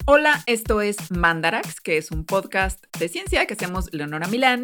Hola, esto es Mandarax, que es un podcast de ciencia que hacemos Leonora Milán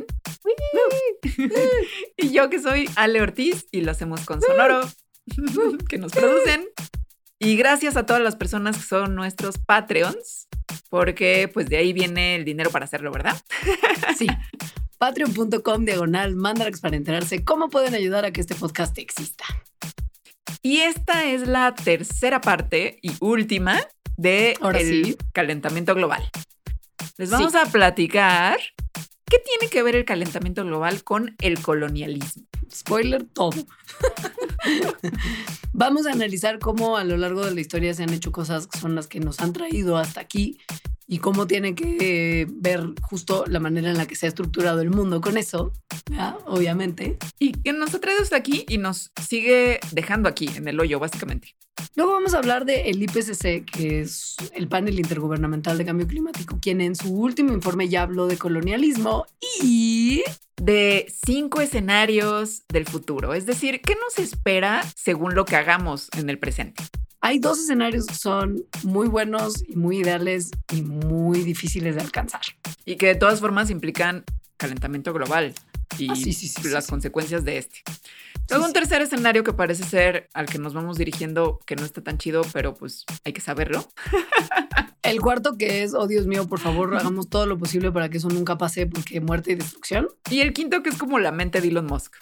y yo que soy Ale Ortiz y lo hacemos con Sonoro, que nos producen. Y gracias a todas las personas que son nuestros Patreons, porque pues de ahí viene el dinero para hacerlo, ¿verdad? Sí, patreon.com/Mandarax para enterarse cómo pueden ayudar a que este podcast exista. Y esta es la tercera parte y última del calentamiento global. Les vamos a platicar qué tiene que ver el calentamiento global con el colonialismo. Spoiler, todo. Vamos a analizar cómo a lo largo de la historia se han hecho cosas que son las que nos han traído hasta aquí y cómo tiene que ver justo la manera en la que se ha estructurado el mundo con eso, ¿ya? Obviamente. Y que nos ha traído hasta aquí y nos sigue dejando aquí, en el hoyo, básicamente. Luego vamos a hablar del IPCC, que es el panel intergubernamental de cambio climático, quien en su último informe ya habló de colonialismo y de 5 escenarios del futuro. Es decir, ¿qué nos espera según lo que hagamos en el presente? Hay 2 escenarios que son muy buenos y muy ideales y muy difíciles de alcanzar. Y que de todas formas implican calentamiento global y las consecuencias de este. Luego un tercer escenario que parece ser al que nos vamos dirigiendo, que no está tan chido, pero pues hay que saberlo. El cuarto que es, oh Dios mío, por favor, hagamos todo lo posible para que eso nunca pase porque muerte y destrucción. Y el quinto que es como la mente de Elon Musk.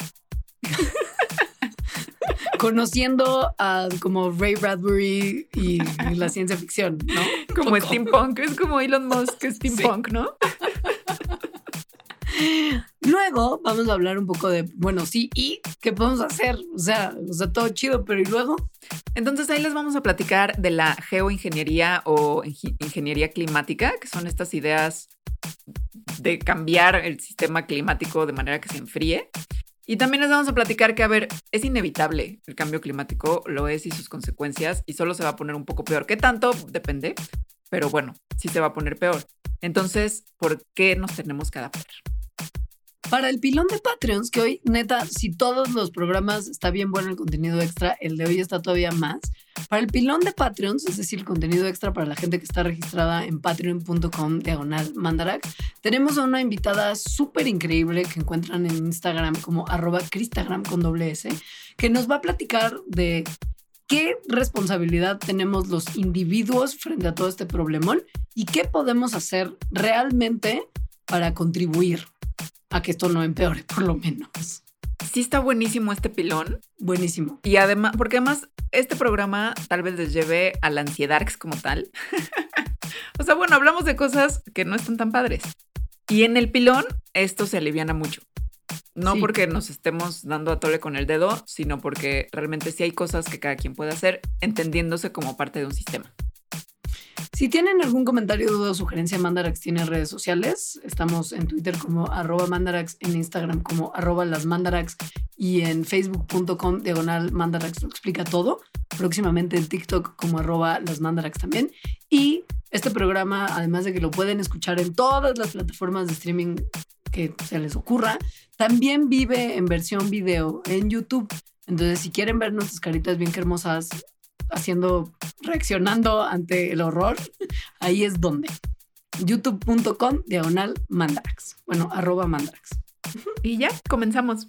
Conociendo a como Ray Bradbury y la ciencia ficción, ¿no? Como steampunk, es como Elon Musk steampunk, sí. ¿No? Luego vamos a hablar un poco de, bueno, sí, ¿y qué podemos hacer? O sea, todo chido, pero ¿y luego? Entonces ahí les vamos a platicar de la geoingeniería o ingeniería climática, que son estas ideas de cambiar el sistema climático de manera que se enfríe. Y también les vamos a platicar que, a ver, es inevitable el cambio climático, lo es y sus consecuencias, y solo se va a poner un poco peor. ¿Qué tanto? Depende, pero bueno, sí se va a poner peor. Entonces, ¿por qué nos tenemos que adaptar? Para el pilón de Patreons, que hoy, neta, si todos los programas está bien bueno el contenido extra, el de hoy está todavía más. Para el pilón de Patreons, es decir, el contenido extra para la gente que está registrada en patreon.com/Mandarax, tenemos a una invitada súper increíble que encuentran en Instagram como @Cristagram con @S, que nos va a platicar de qué responsabilidad tenemos los individuos frente a todo este problemón y qué podemos hacer realmente para contribuir a que esto no empeore, por lo menos. Sí está buenísimo este pilón. Buenísimo. Y además, porque además este programa tal vez les lleve a la ansiedad como tal. O sea, bueno, hablamos de cosas que no están tan padres. Y en el pilón esto se aliviana mucho. No porque nos estemos dando a tole con el dedo, sino porque realmente sí hay cosas que cada quien puede hacer entendiéndose como parte de un sistema. Si tienen algún comentario, duda o sugerencia, Mandarax tiene redes sociales. Estamos en Twitter como @Mandarax, en Instagram como @lasmandarax y en facebook.com/Mandarax lo explica todo. Próximamente en TikTok como @lasmandarax también. Y este programa, además de que lo pueden escuchar en todas las plataformas de streaming que se les ocurra, también vive en versión video en YouTube. Entonces, si quieren ver nuestras caritas bien hermosas reaccionando ante el horror, ahí es donde. youtube.com/Mandarax. Bueno, @Mandarax. Y ya, comenzamos.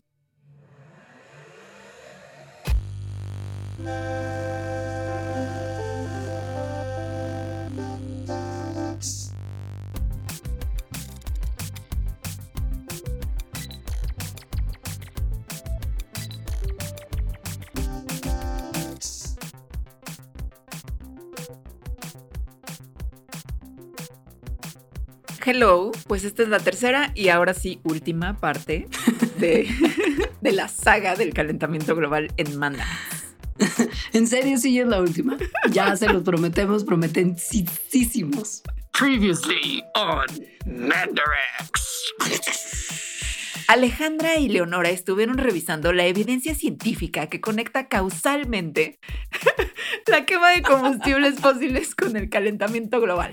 Hello, pues esta es la tercera y ahora sí última parte de la saga del calentamiento global en Mandarax. ¿En serio sí es la última? Ya se los prometemos, prometencísimos. Previously on Mandarax. Alejandra y Leonora estuvieron revisando la evidencia científica que conecta causalmente la quema de combustibles fósiles con el calentamiento global.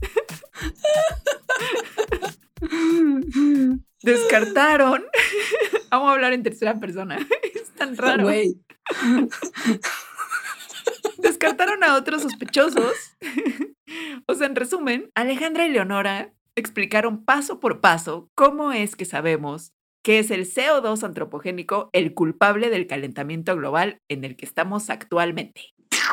Descartaron. Vamos a hablar en tercera persona. Es tan raro. Güey. Descartaron a otros sospechosos O sea, en resumen, Alejandra y Leonora explicaron paso por paso cómo es que sabemos que es el CO2 antropogénico el culpable del calentamiento global en el que estamos actualmente.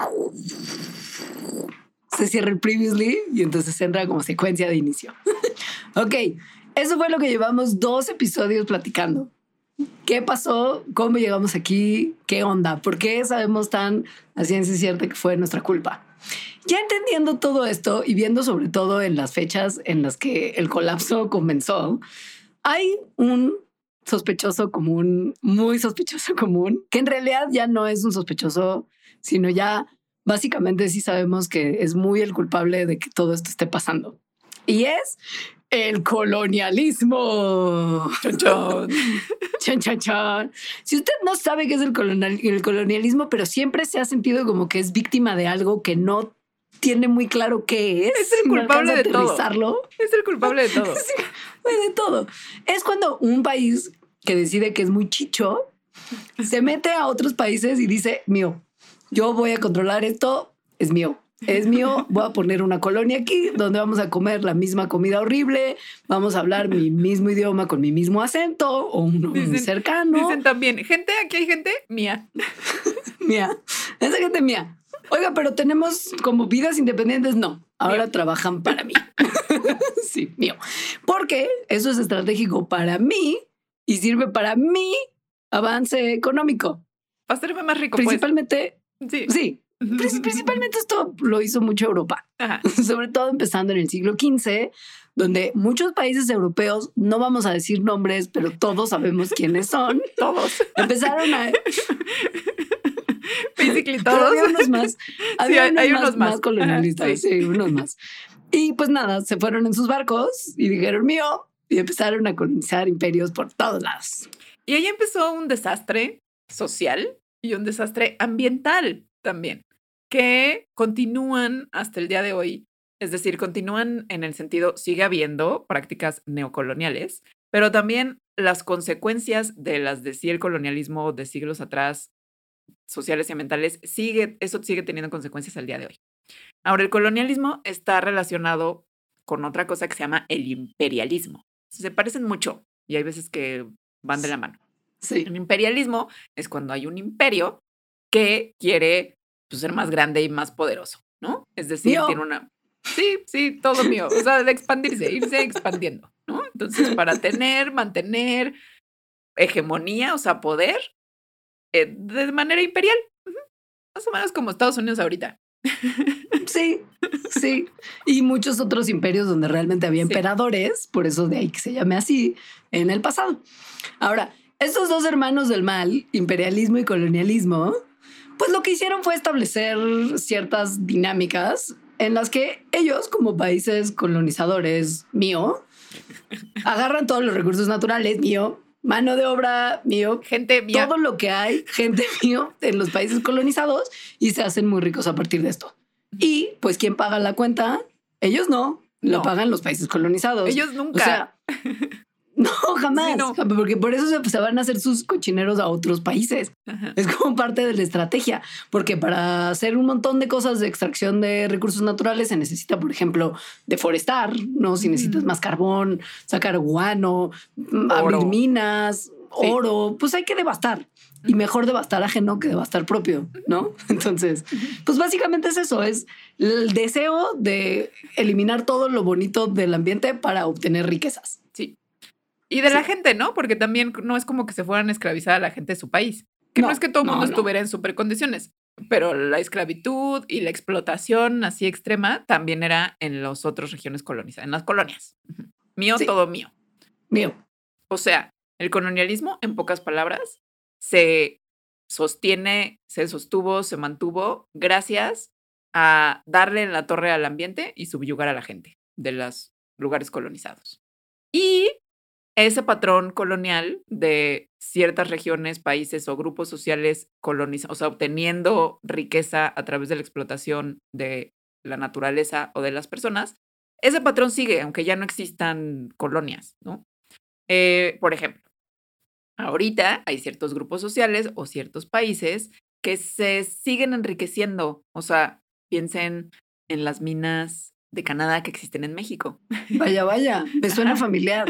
Se cierra el previously y entonces entra como secuencia de inicio. Ok, eso fue lo que llevamos 2 episodios platicando. ¿Qué pasó? ¿Cómo llegamos aquí? ¿Qué onda? ¿Por qué sabemos tan a ciencia cierta que fue nuestra culpa? Ya entendiendo todo esto y viendo sobre todo en las fechas en las que el colapso comenzó, hay un sospechoso común, muy sospechoso común, que en realidad ya no es un sospechoso, sino ya básicamente sí sabemos que es muy el culpable de que todo esto esté pasando. Y es el colonialismo. Chon, chon. Chan, chan, chan. Si usted no sabe qué es el colonialismo, pero siempre se ha sentido como que es víctima de algo que no tiene muy claro qué es. Es el culpable de todo. Todo. Es el culpable de todo. Sí, de todo. Es cuando un país que decide que es muy chicho se mete a otros países y dice, mío, yo voy a controlar esto, es mío. Es mío, voy a poner una colonia aquí donde vamos a comer la misma comida horrible, vamos a hablar mi mismo idioma con mi mismo acento o uno muy cercano. Dicen también, gente, aquí hay gente mía. Mía, esa gente mía. Oiga, pero tenemos como vidas independientes. No, ahora trabajan para mí. Sí, mío. Porque eso es estratégico para mí y sirve para mi avance económico. Para hacerme más rico, Principalmente, pues. sí. Principalmente esto lo hizo mucho Europa. Ajá. Sobre todo empezando en el siglo XV, donde muchos países europeos, no vamos a decir nombres, pero todos sabemos quiénes son. Todos. Empezaron a... Basically Pero todos. había unos más. Había hay unos más. más colonialistas. Ajá, sí, unos más. Y pues nada, se fueron en sus barcos y dijeron mío y empezaron a colonizar imperios por todos lados. Y ahí empezó un desastre social y un desastre ambiental también, que continúan hasta el día de hoy. Es decir, continúan en el sentido, sigue habiendo prácticas neocoloniales, pero también las consecuencias de las de sí el colonialismo de siglos atrás, sociales y ambientales, eso sigue teniendo consecuencias al día de hoy. Ahora, el colonialismo está relacionado con otra cosa que se llama el imperialismo. Se parecen mucho y hay veces que van de la mano. Sí. El imperialismo es cuando hay un imperio que quiere pues, ser más grande y más poderoso, ¿no? Es decir, Mío. tiene una... Sí, todo mío. O sea, de expandirse, irse expandiendo, ¿no? Entonces, para mantener hegemonía, o sea, poder, de manera imperial. Más o menos como Estados Unidos ahorita. Sí, sí. Y muchos otros imperios donde realmente había emperadores, por eso de ahí que se llame así, en el pasado. Ahora, estos 2 hermanos del mal, imperialismo y colonialismo, pues lo que hicieron fue establecer ciertas dinámicas en las que ellos, como países colonizadores, mío, agarran todos los recursos naturales, mío, mano de obra, mío, gente mía, todo lo que hay, gente mío, en los países colonizados y se hacen muy ricos a partir de esto. Y pues, ¿quién paga la cuenta? Ellos no, lo pagan los países colonizados. Ellos nunca. O sea, no, jamás. Sí, no. Porque por eso se van a hacer sus cochineros a otros países. Ajá. Es como parte de la estrategia. Porque para hacer un montón de cosas de extracción de recursos naturales se necesita, por ejemplo, deforestar, ¿no? Si necesitas más carbón, sacar guano, abrir minas, oro, pues hay que devastar. Y mejor devastar ajeno que devastar propio, ¿no? Entonces, pues básicamente es eso, es el deseo de eliminar todo lo bonito del ambiente para obtener riquezas. Sí. Y de la gente, ¿no? Porque también no es como que se fueran a esclavizar a la gente de su país. Que no es que todo el mundo estuviera en supercondiciones, pero la esclavitud y la explotación así extrema también era en las otras regiones colonizadas, en las colonias. Mío, todo mío. Mío. O sea, el colonialismo, en pocas palabras, se sostuvo, se mantuvo gracias a darle en la torre al ambiente y subyugar a la gente de los lugares colonizados. Y ese patrón colonial de ciertas regiones, países o grupos sociales colonizados, o sea, obteniendo riqueza a través de la explotación de la naturaleza o de las personas, ese patrón sigue, aunque ya no existan colonias, ¿no? Por ejemplo, ahorita hay ciertos grupos sociales o ciertos países que se siguen enriqueciendo. O sea, piensen en las minas de Canadá que existen en México. Vaya, me suena familiar.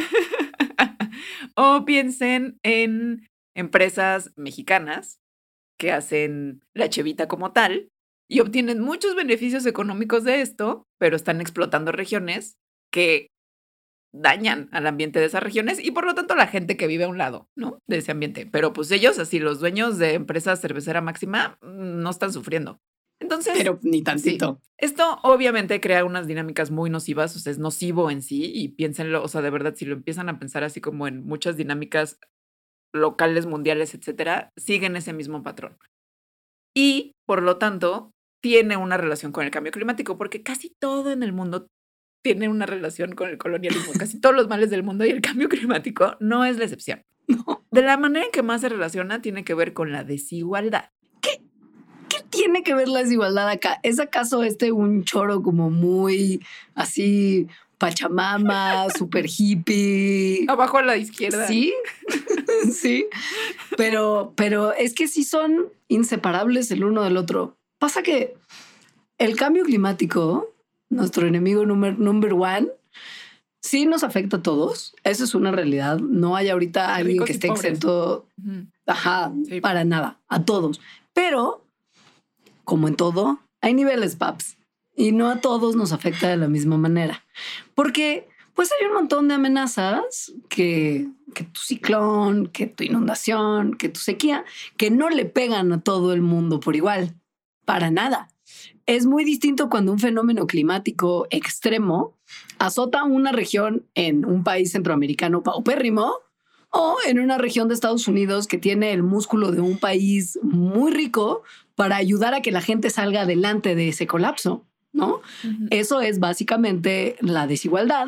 O piensen en empresas mexicanas que hacen la chevita como tal y obtienen muchos beneficios económicos de esto, pero están explotando regiones que dañan al ambiente de esas regiones y por lo tanto la gente que vive a un lado, ¿no? De ese ambiente. Pero pues ellos, así los dueños de empresa cervecera Máxima, no están sufriendo. Entonces, Pero ni tantito. sí, esto obviamente crea unas dinámicas muy nocivas, o sea, es nocivo en sí y piénsenlo, o sea, de verdad, si lo empiezan a pensar así como en muchas dinámicas locales, mundiales, etcétera, siguen ese mismo patrón. Y, por lo tanto, tiene una relación con el cambio climático, porque casi todo en el mundo tiene una relación con el colonialismo. Casi todos los males del mundo y el cambio climático no es la excepción. No. De la manera en que más se relaciona tiene que ver con la desigualdad. ¿Qué tiene que ver la desigualdad acá? ¿Es acaso un choro como muy así pachamama, super hippie? Abajo a la izquierda. Sí, sí. Pero es que sí son inseparables el uno del otro. Pasa que el cambio climático, nuestro enemigo number one, sí nos afecta a todos. Eso es una realidad. No hay ahorita alguien Ricos que y esté pobres. exento. Ajá, Sí. para nada. A todos. Pero, como en todo, hay niveles, paps. Y no a todos nos afecta de la misma manera. Porque, pues hay un montón de amenazas que tu ciclón, que tu inundación, que tu sequía, que no le pegan a todo el mundo por igual. Para nada. Es muy distinto cuando un fenómeno climático extremo azota una región en un país centroamericano paupérrimo o en una región de Estados Unidos que tiene el músculo de un país muy rico para ayudar a que la gente salga adelante de ese colapso, ¿no? Ujú. Eso es básicamente la desigualdad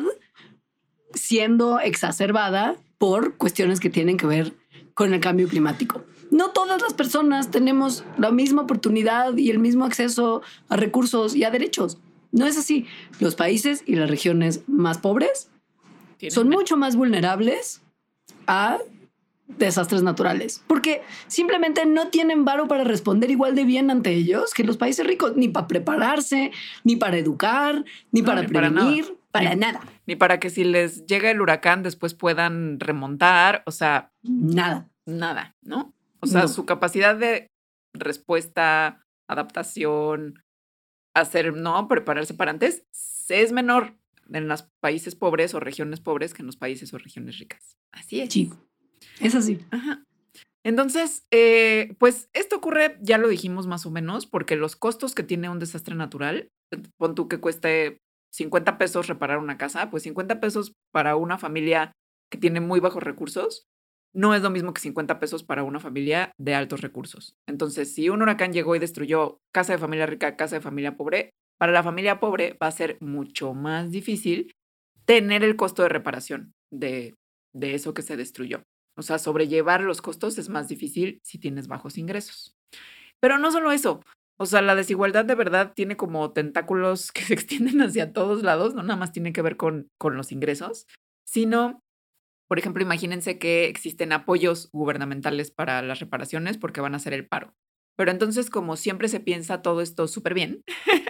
siendo exacerbada por cuestiones que tienen que ver con el cambio climático. No todas las personas tenemos la misma oportunidad y el mismo acceso a recursos y a derechos. No es así. Los países y las regiones más pobres son mucho más vulnerables a desastres naturales, porque simplemente no tienen varo para responder igual de bien ante ellos que los países ricos, ni para prepararse, ni para educar, ni para ni para prevenir, para nada. Ni para que si les llega el huracán después puedan remontar, o sea, Nada. ¿no? O sea, No. su capacidad de respuesta, adaptación, prepararse para antes, es menor en los países pobres o regiones pobres que en los países o regiones ricas. Así es. Sí, es así. Ajá. Entonces, pues esto ocurre, ya lo dijimos más o menos, porque los costos que tiene un desastre natural, pon tú que cueste 50 pesos reparar una casa, pues 50 pesos para una familia que tiene muy bajos recursos no es lo mismo que 50 pesos para una familia de altos recursos. Entonces, si un huracán llegó y destruyó casa de familia rica, casa de familia pobre, para la familia pobre va a ser mucho más difícil tener el costo de reparación de eso que se destruyó. O sea, sobrellevar los costos es más difícil si tienes bajos ingresos. Pero no solo eso. O sea, la desigualdad de verdad tiene como tentáculos que se extienden hacia todos lados. No nada más tiene que ver con los ingresos, sino, por ejemplo, imagínense que existen apoyos gubernamentales para las reparaciones porque van a hacer el paro. Pero entonces, como siempre se piensa todo esto súper bien,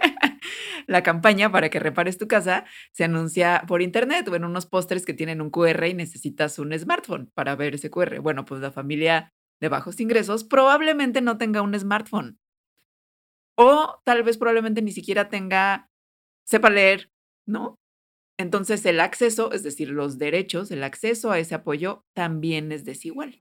la campaña para que repares tu casa se anuncia por internet o en unos pósters que tienen un QR y necesitas un smartphone para ver ese QR. Bueno, pues la familia de bajos ingresos probablemente no tenga un smartphone. O tal vez probablemente ni siquiera sepa leer, ¿no? Entonces el acceso, es decir, los derechos, el acceso a ese apoyo también es desigual.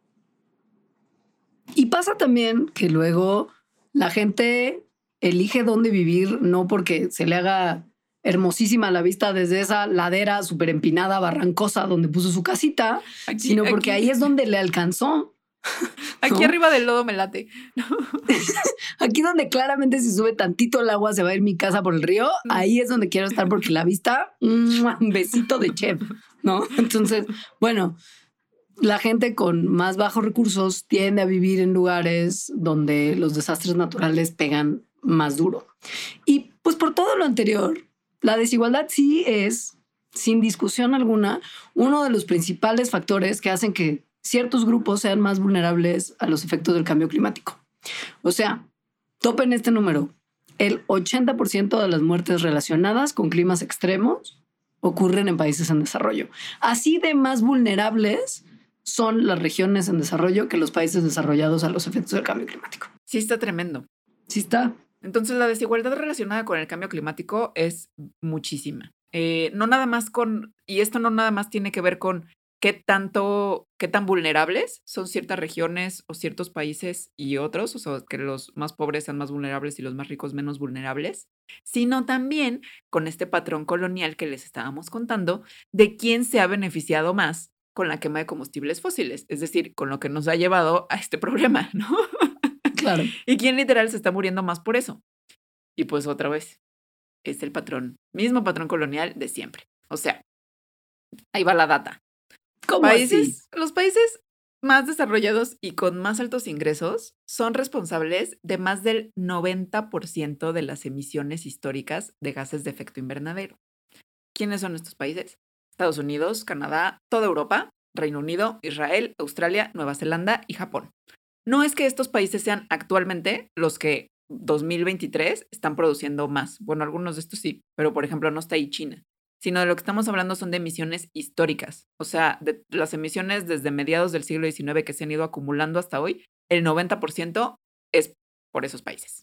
Y pasa también que luego la gente elige dónde vivir, no porque se le haga hermosísima la vista desde esa ladera súper empinada, barrancosa donde puso su casita, sino porque ahí es donde le alcanzó. Aquí ¿no? arriba del lodo me late. Aquí donde claramente si sube tantito el agua se va a ir mi casa por el río, ahí es donde quiero estar porque la vista, un besito de chef, ¿no? Entonces, bueno, la gente con más bajos recursos tiende a vivir en lugares donde los desastres naturales pegan más duro. Y pues por todo lo anterior, la desigualdad sí es, sin discusión alguna, uno de los principales factores que hacen que ciertos grupos sean más vulnerables a los efectos del cambio climático. O sea, topen este número. el 80% de las muertes relacionadas con climas extremos ocurren en países en desarrollo. Así de más vulnerables son las regiones en desarrollo que los países desarrollados a los efectos del cambio climático. Sí está tremendo. Sí está. Entonces, la desigualdad relacionada con el cambio climático es muchísima. No nada más y esto no nada más tiene que ver con qué tan vulnerables son ciertas regiones o ciertos países y otros, o sea, que los más pobres sean más vulnerables y los más ricos menos vulnerables, sino también con este patrón colonial que les estábamos contando de quién se ha beneficiado más con la quema de combustibles fósiles, es decir, con lo que nos ha llevado a este problema, ¿no? Claro. Y quién literal se está muriendo más por eso. Y pues otra vez, es el mismo patrón colonial de siempre. O sea, ahí va la data. ¿Cómo así? Los países más desarrollados y con más altos ingresos son responsables de más del 90% de las emisiones históricas de gases de efecto invernadero. ¿Quiénes son estos países? Estados Unidos, Canadá, toda Europa, Reino Unido, Israel, Australia, Nueva Zelanda y Japón. No es que estos países sean actualmente los que 2023 están produciendo más. Bueno, algunos de estos sí, pero por ejemplo no está ahí China. Sino de lo que estamos hablando son de emisiones históricas. O sea, de las emisiones desde mediados del siglo XIX que se han ido acumulando hasta hoy, el 90% es por esos países.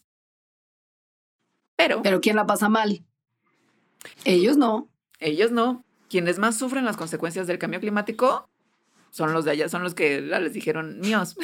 Pero ¿quién la pasa mal? Ellos no. Ellos no. Quienes más sufren las consecuencias del cambio climático son los de allá, son los que les dijeron, míos.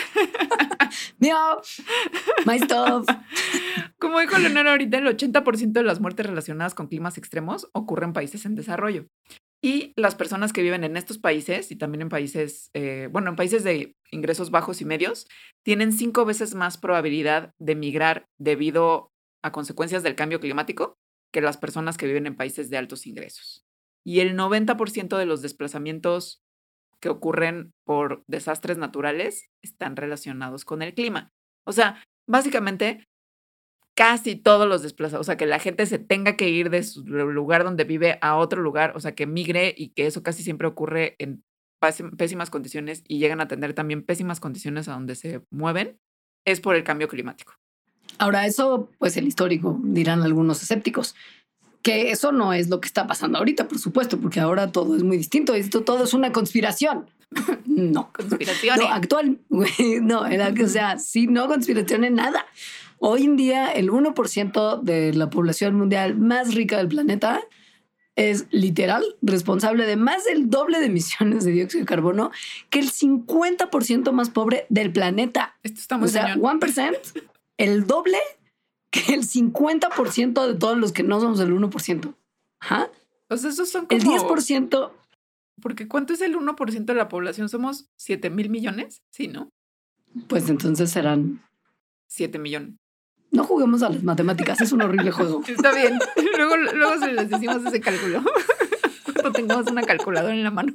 Mío, my stuff. Como dijo Leonora ahorita, el 80% de las muertes relacionadas con climas extremos ocurren en países en desarrollo. Y las personas que viven en estos países y también en países, en países de ingresos bajos y medios, tienen 5 veces más probabilidad de migrar debido a consecuencias del cambio climático que las personas que viven en países de altos ingresos. Y el 90% de los desplazamientos que ocurren por desastres naturales están relacionados con el clima. O sea, básicamente, casi todos los desplazados, o sea, que la gente se tenga que ir de su lugar donde vive a otro lugar, o sea, que migre y que eso casi siempre ocurre en pésimas condiciones y llegan a tener también pésimas condiciones a donde se mueven, es por el cambio climático. Ahora, eso, pues el histórico, dirán algunos escépticos, que eso no es lo que está pasando ahorita, por supuesto, porque ahora todo es muy distinto. Esto todo es una conspiración. No. Conspiración. No, actual. No, o sea, sí, no conspiración en nada. Hoy en día, el 1% de la población mundial más rica del planeta es literal responsable de más del doble de emisiones de dióxido de carbono que el 50% más pobre del planeta. Esto está muy O sea, 1%, el doble que el 50% de todos los que no somos el 1%. Ajá. O sea, esos son como... El 10%... Porque ¿cuánto es el 1% de la población? ¿Somos 7,000 millones? Sí, ¿no? Pues entonces serán... 7 millones. No juguemos a las matemáticas, es un horrible juego. Está bien. Luego se les decimos ese cálculo. Cuando tengamos una calculadora en la mano.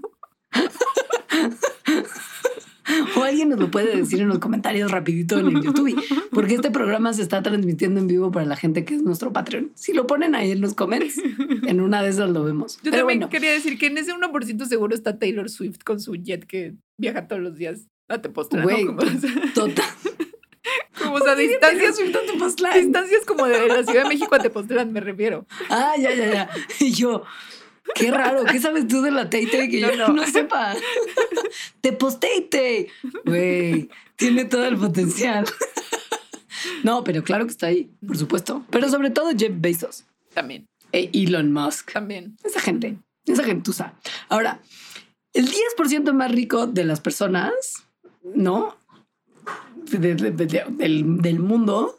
O alguien nos lo puede decir en los comentarios rapidito en el YouTube, porque este programa se está transmitiendo en vivo para la gente que es nuestro Patreon. Si lo ponen ahí en los comments, en una de esas lo vemos. Yo también quería decir que en ese 1% seguro está Taylor Swift con su jet que viaja todos los días a Tepoztlán. Güey, ¿no? total. Como, o sea, distancias como de la Ciudad de México a Tepoztlán, me refiero. Ah, ya. Y yo... Qué raro, ¿qué sabes tú de la Teite que yo no sepa? Tepozteite. Güey, tiene todo el potencial. No, pero claro que está ahí, por supuesto. Pero sobre todo Jeff Bezos. También. E Elon Musk. También. Esa gentuza. Ahora, el 10% más rico de las personas, ¿no? Del mundo,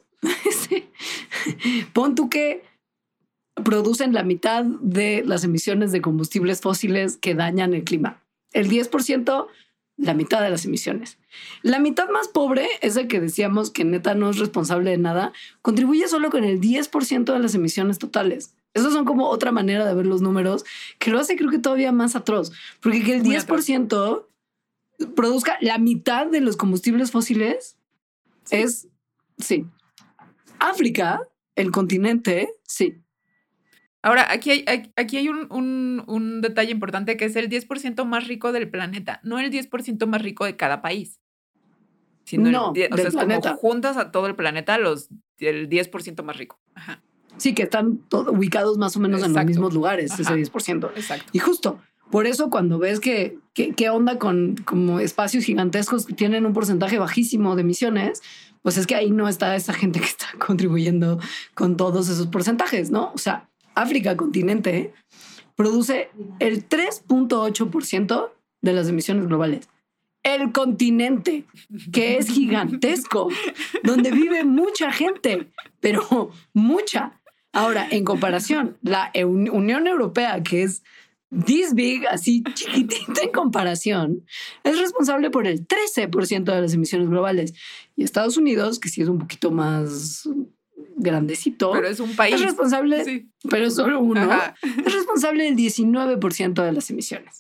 pon tú que producen la mitad de las emisiones de combustibles fósiles que dañan el clima. El 10%, la mitad de las emisiones. La mitad más pobre, esa que decíamos que neta no es responsable de nada, contribuye solo con el 10% de las emisiones totales. Esos son como otra manera de ver los números que lo hace creo que todavía más atroz. Porque que el 10% produzca la mitad de los combustibles fósiles es, sí. África, el continente, sí. Ahora, aquí hay un detalle importante que es el 10% más rico del planeta, no el 10% más rico de cada país. Sino no, o sea, es planeta. Como juntas a todo el planeta el 10% más rico. Ajá. Sí, que están ubicados más o menos en los mismos lugares, ese 10%. Exacto. Y justo, por eso cuando ves que onda con como espacios gigantescos que tienen un porcentaje bajísimo de emisiones, pues es que ahí no está esa gente que está contribuyendo con todos esos porcentajes, ¿no? O sea, África, continente, produce el 3.8% de las emisiones globales. El continente, que es gigantesco, donde vive mucha gente, pero mucha. Ahora, en comparación, la Unión Europea, que es this big, así chiquitita en comparación, es responsable por el 13% de las emisiones globales. Y Estados Unidos, que sí es un poquito más grandecito, pero es un país. Es responsable, sí. Pero es solo uno, es responsable del 19% de las emisiones.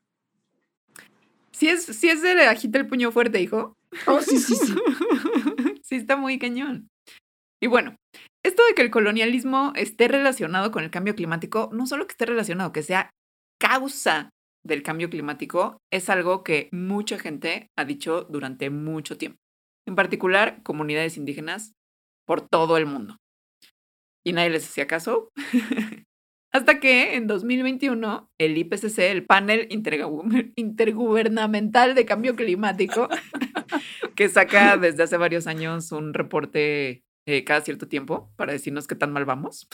Sí es de agita el puño fuerte, hijo. Oh, sí. Sí, está muy cañón. Y bueno, esto de que el colonialismo esté relacionado con el cambio climático, no solo que esté relacionado, que sea causa del cambio climático, es algo que mucha gente ha dicho durante mucho tiempo. En particular, comunidades indígenas por todo el mundo. Y nadie les hacía caso. Hasta que en 2021 el IPCC, el Panel Intergubernamental de Cambio Climático, que saca desde hace varios años un reporte cada cierto tiempo para decirnos qué tan mal vamos.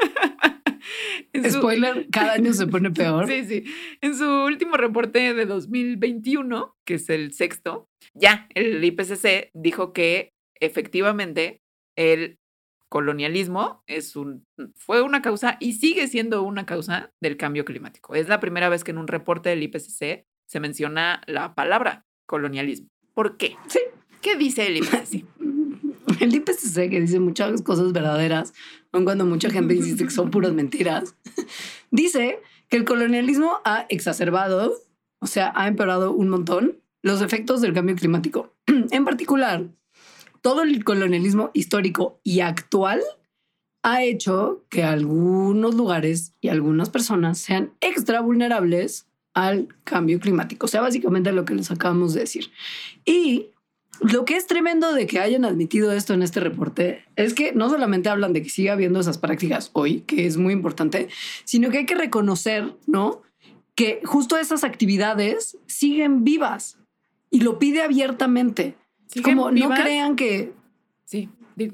Spoiler, cada año se pone peor. Sí. En su último reporte de 2021, que es el sexto, ya el IPCC dijo que efectivamente el colonialismo fue una causa y sigue siendo una causa del cambio climático. Es la primera vez que en un reporte del IPCC se menciona la palabra colonialismo. ¿Por qué? Sí. ¿Qué dice el IPCC? El IPCC, que dice muchas cosas verdaderas, aun cuando mucha gente insiste que son puras mentiras, dice que el colonialismo ha exacerbado, o sea, ha empeorado un montón los efectos del cambio climático. En particular, todo el colonialismo histórico y actual ha hecho que algunos lugares y algunas personas sean extra vulnerables al cambio climático. O sea, básicamente lo que les acabamos de decir. Y lo que es tremendo de que hayan admitido esto en este reporte es que no solamente hablan de que siga habiendo esas prácticas hoy, que es muy importante, sino que hay que reconocer, ¿no?, que justo esas actividades siguen vivas y lo pide abiertamente. Como vivas? No crean que... Sí.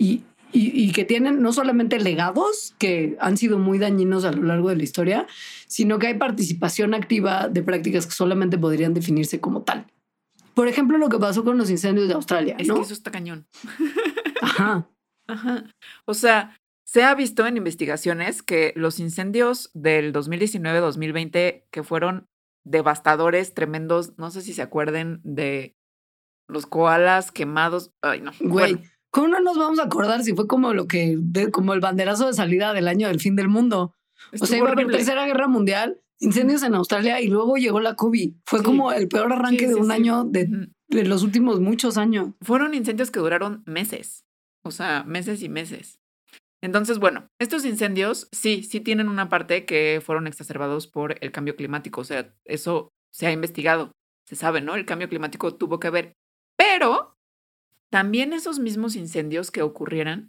Y que tienen no solamente legados que han sido muy dañinos a lo largo de la historia, sino que hay participación activa de prácticas que solamente podrían definirse como tal. Por ejemplo, lo que pasó con los incendios de Australia, Es ¿no? que eso está cañón. Ajá. O sea, se ha visto en investigaciones que los incendios del 2019-2020 que fueron devastadores, tremendos, no sé si se acuerden de los koalas quemados. Ay, no. Güey, bueno. ¿Cómo no nos vamos a acordar si fue como como el banderazo de salida del año del fin del mundo? O sea, iba a haber Tercera Guerra Mundial, incendios en Australia y luego llegó la COVID. Fue como el peor arranque de un año de los últimos muchos años. Fueron incendios que duraron meses. O sea, meses y meses. Entonces, bueno, estos incendios sí tienen una parte que fueron exacerbados por el cambio climático. O sea, eso se ha investigado. Se sabe, ¿no? El cambio climático tuvo que ver. Pero también esos mismos incendios que ocurrieran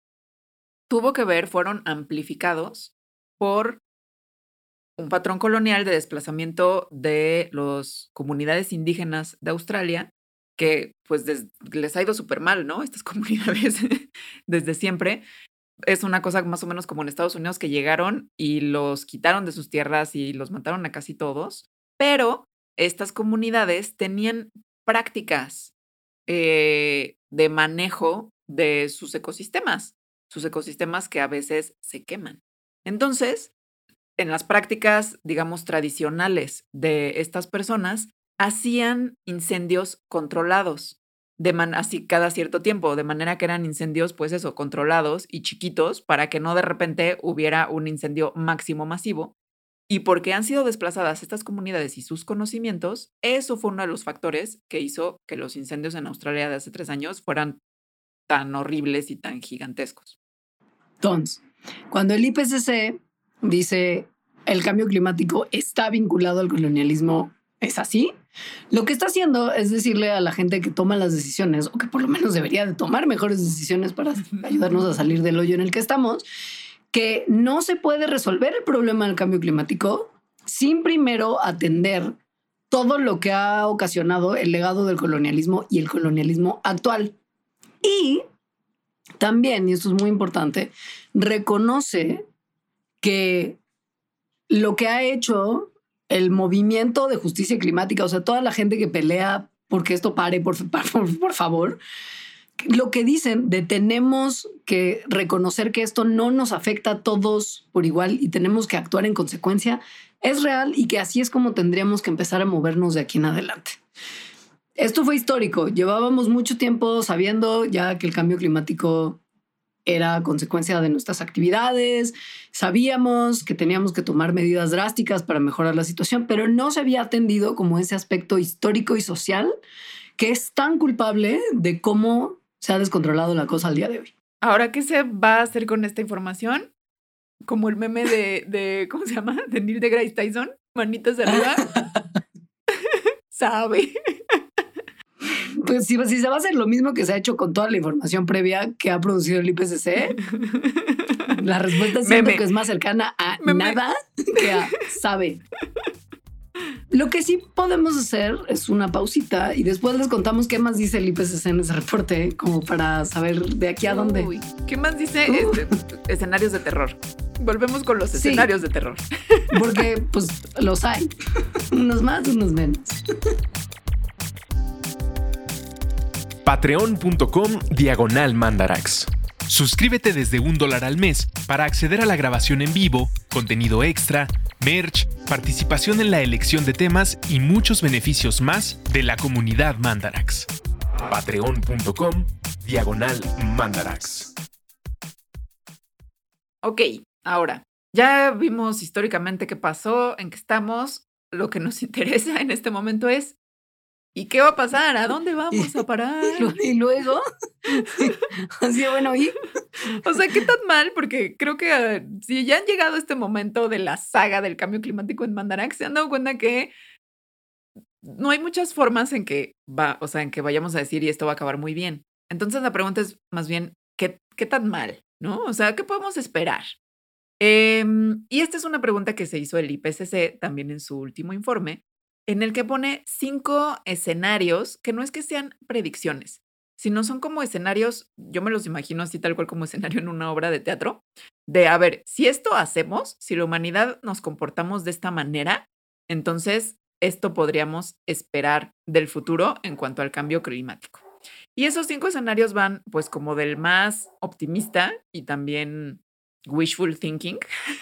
fueron amplificados por un patrón colonial de desplazamiento de las comunidades indígenas de Australia, que pues les ha ido súper mal, ¿no? Estas comunidades desde siempre. Es una cosa más o menos como en Estados Unidos, que llegaron y los quitaron de sus tierras y los mataron a casi todos. Pero estas comunidades tenían prácticas de manejo de sus ecosistemas que a veces se queman. Entonces, en las prácticas, digamos, tradicionales de estas personas, hacían incendios controlados, así cada cierto tiempo, de manera que eran incendios, pues eso, controlados y chiquitos, para que no de repente hubiera un incendio máximo masivo. Y porque han sido desplazadas estas comunidades y sus conocimientos, eso fue uno de los factores que hizo que los incendios en Australia de hace 3 años fueran tan horribles y tan gigantescos. Entonces, cuando el IPCC dice el cambio climático está vinculado al colonialismo, ¿es así? Lo que está haciendo es decirle a la gente que toma las decisiones, o que por lo menos debería de tomar mejores decisiones para ayudarnos a salir del hoyo en el que estamos, que no se puede resolver el problema del cambio climático sin primero atender todo lo que ha ocasionado el legado del colonialismo y el colonialismo actual. Y también, y esto es muy importante, reconoce que lo que ha hecho el movimiento de justicia climática, o sea, toda la gente que pelea porque esto pare, por favor, lo que dicen de tenemos que reconocer que esto no nos afecta a todos por igual y tenemos que actuar en consecuencia, es real y que así es como tendríamos que empezar a movernos de aquí en adelante. Esto fue histórico. Llevábamos mucho tiempo sabiendo ya que el cambio climático era consecuencia de nuestras actividades. Sabíamos que teníamos que tomar medidas drásticas para mejorar la situación, pero no se había atendido como ese aspecto histórico y social que es tan culpable de cómo se ha descontrolado la cosa al día de hoy. Ahora, ¿qué se va a hacer con esta información? Como el meme de ¿cómo se llama? De Neil deGrasse Tyson, manitas arriba. Sabe. Pues si se va a hacer lo mismo que se ha hecho con toda la información previa que ha producido el IPCC, la respuesta siento que es más cercana a nada que a sabe. Lo que sí podemos hacer es una pausita y después les contamos qué más dice el IPCC en ese reporte, como para saber de aquí a dónde. Uy, ¿qué más dice? Escenarios de terror. Volvemos con los escenarios de terror. Porque pues los hay. Unos más, unos menos. Patreon.com/Mandarax. Suscríbete desde $1 al mes para acceder a la grabación en vivo, contenido extra, merch, participación en la elección de temas y muchos beneficios más de la comunidad Mandarax. Patreon.com/Mandarax. Ok, ahora, ya vimos históricamente qué pasó, en qué estamos. Lo que nos interesa en este momento es ¿y qué va a pasar? ¿A dónde vamos a parar? Y luego, así bueno, ¿y? O sea, ¿qué tan mal? Porque creo que si ya han llegado a este momento de la saga del cambio climático en Mandarax, se han dado cuenta que no hay muchas formas en que en que vayamos a decir y esto va a acabar muy bien. Entonces la pregunta es más bien, ¿qué tan mal? ¿No? O sea, ¿qué podemos esperar? Y esta es una pregunta que se hizo el IPCC también en su último informe, en el que pone 5 escenarios que no es que sean predicciones, sino son como escenarios, yo me los imagino así tal cual como escenario en una obra de teatro, de a ver, si esto hacemos, si la humanidad nos comportamos de esta manera, entonces esto podríamos esperar del futuro en cuanto al cambio climático. Y esos 5 escenarios van pues como del más optimista y también wishful thinking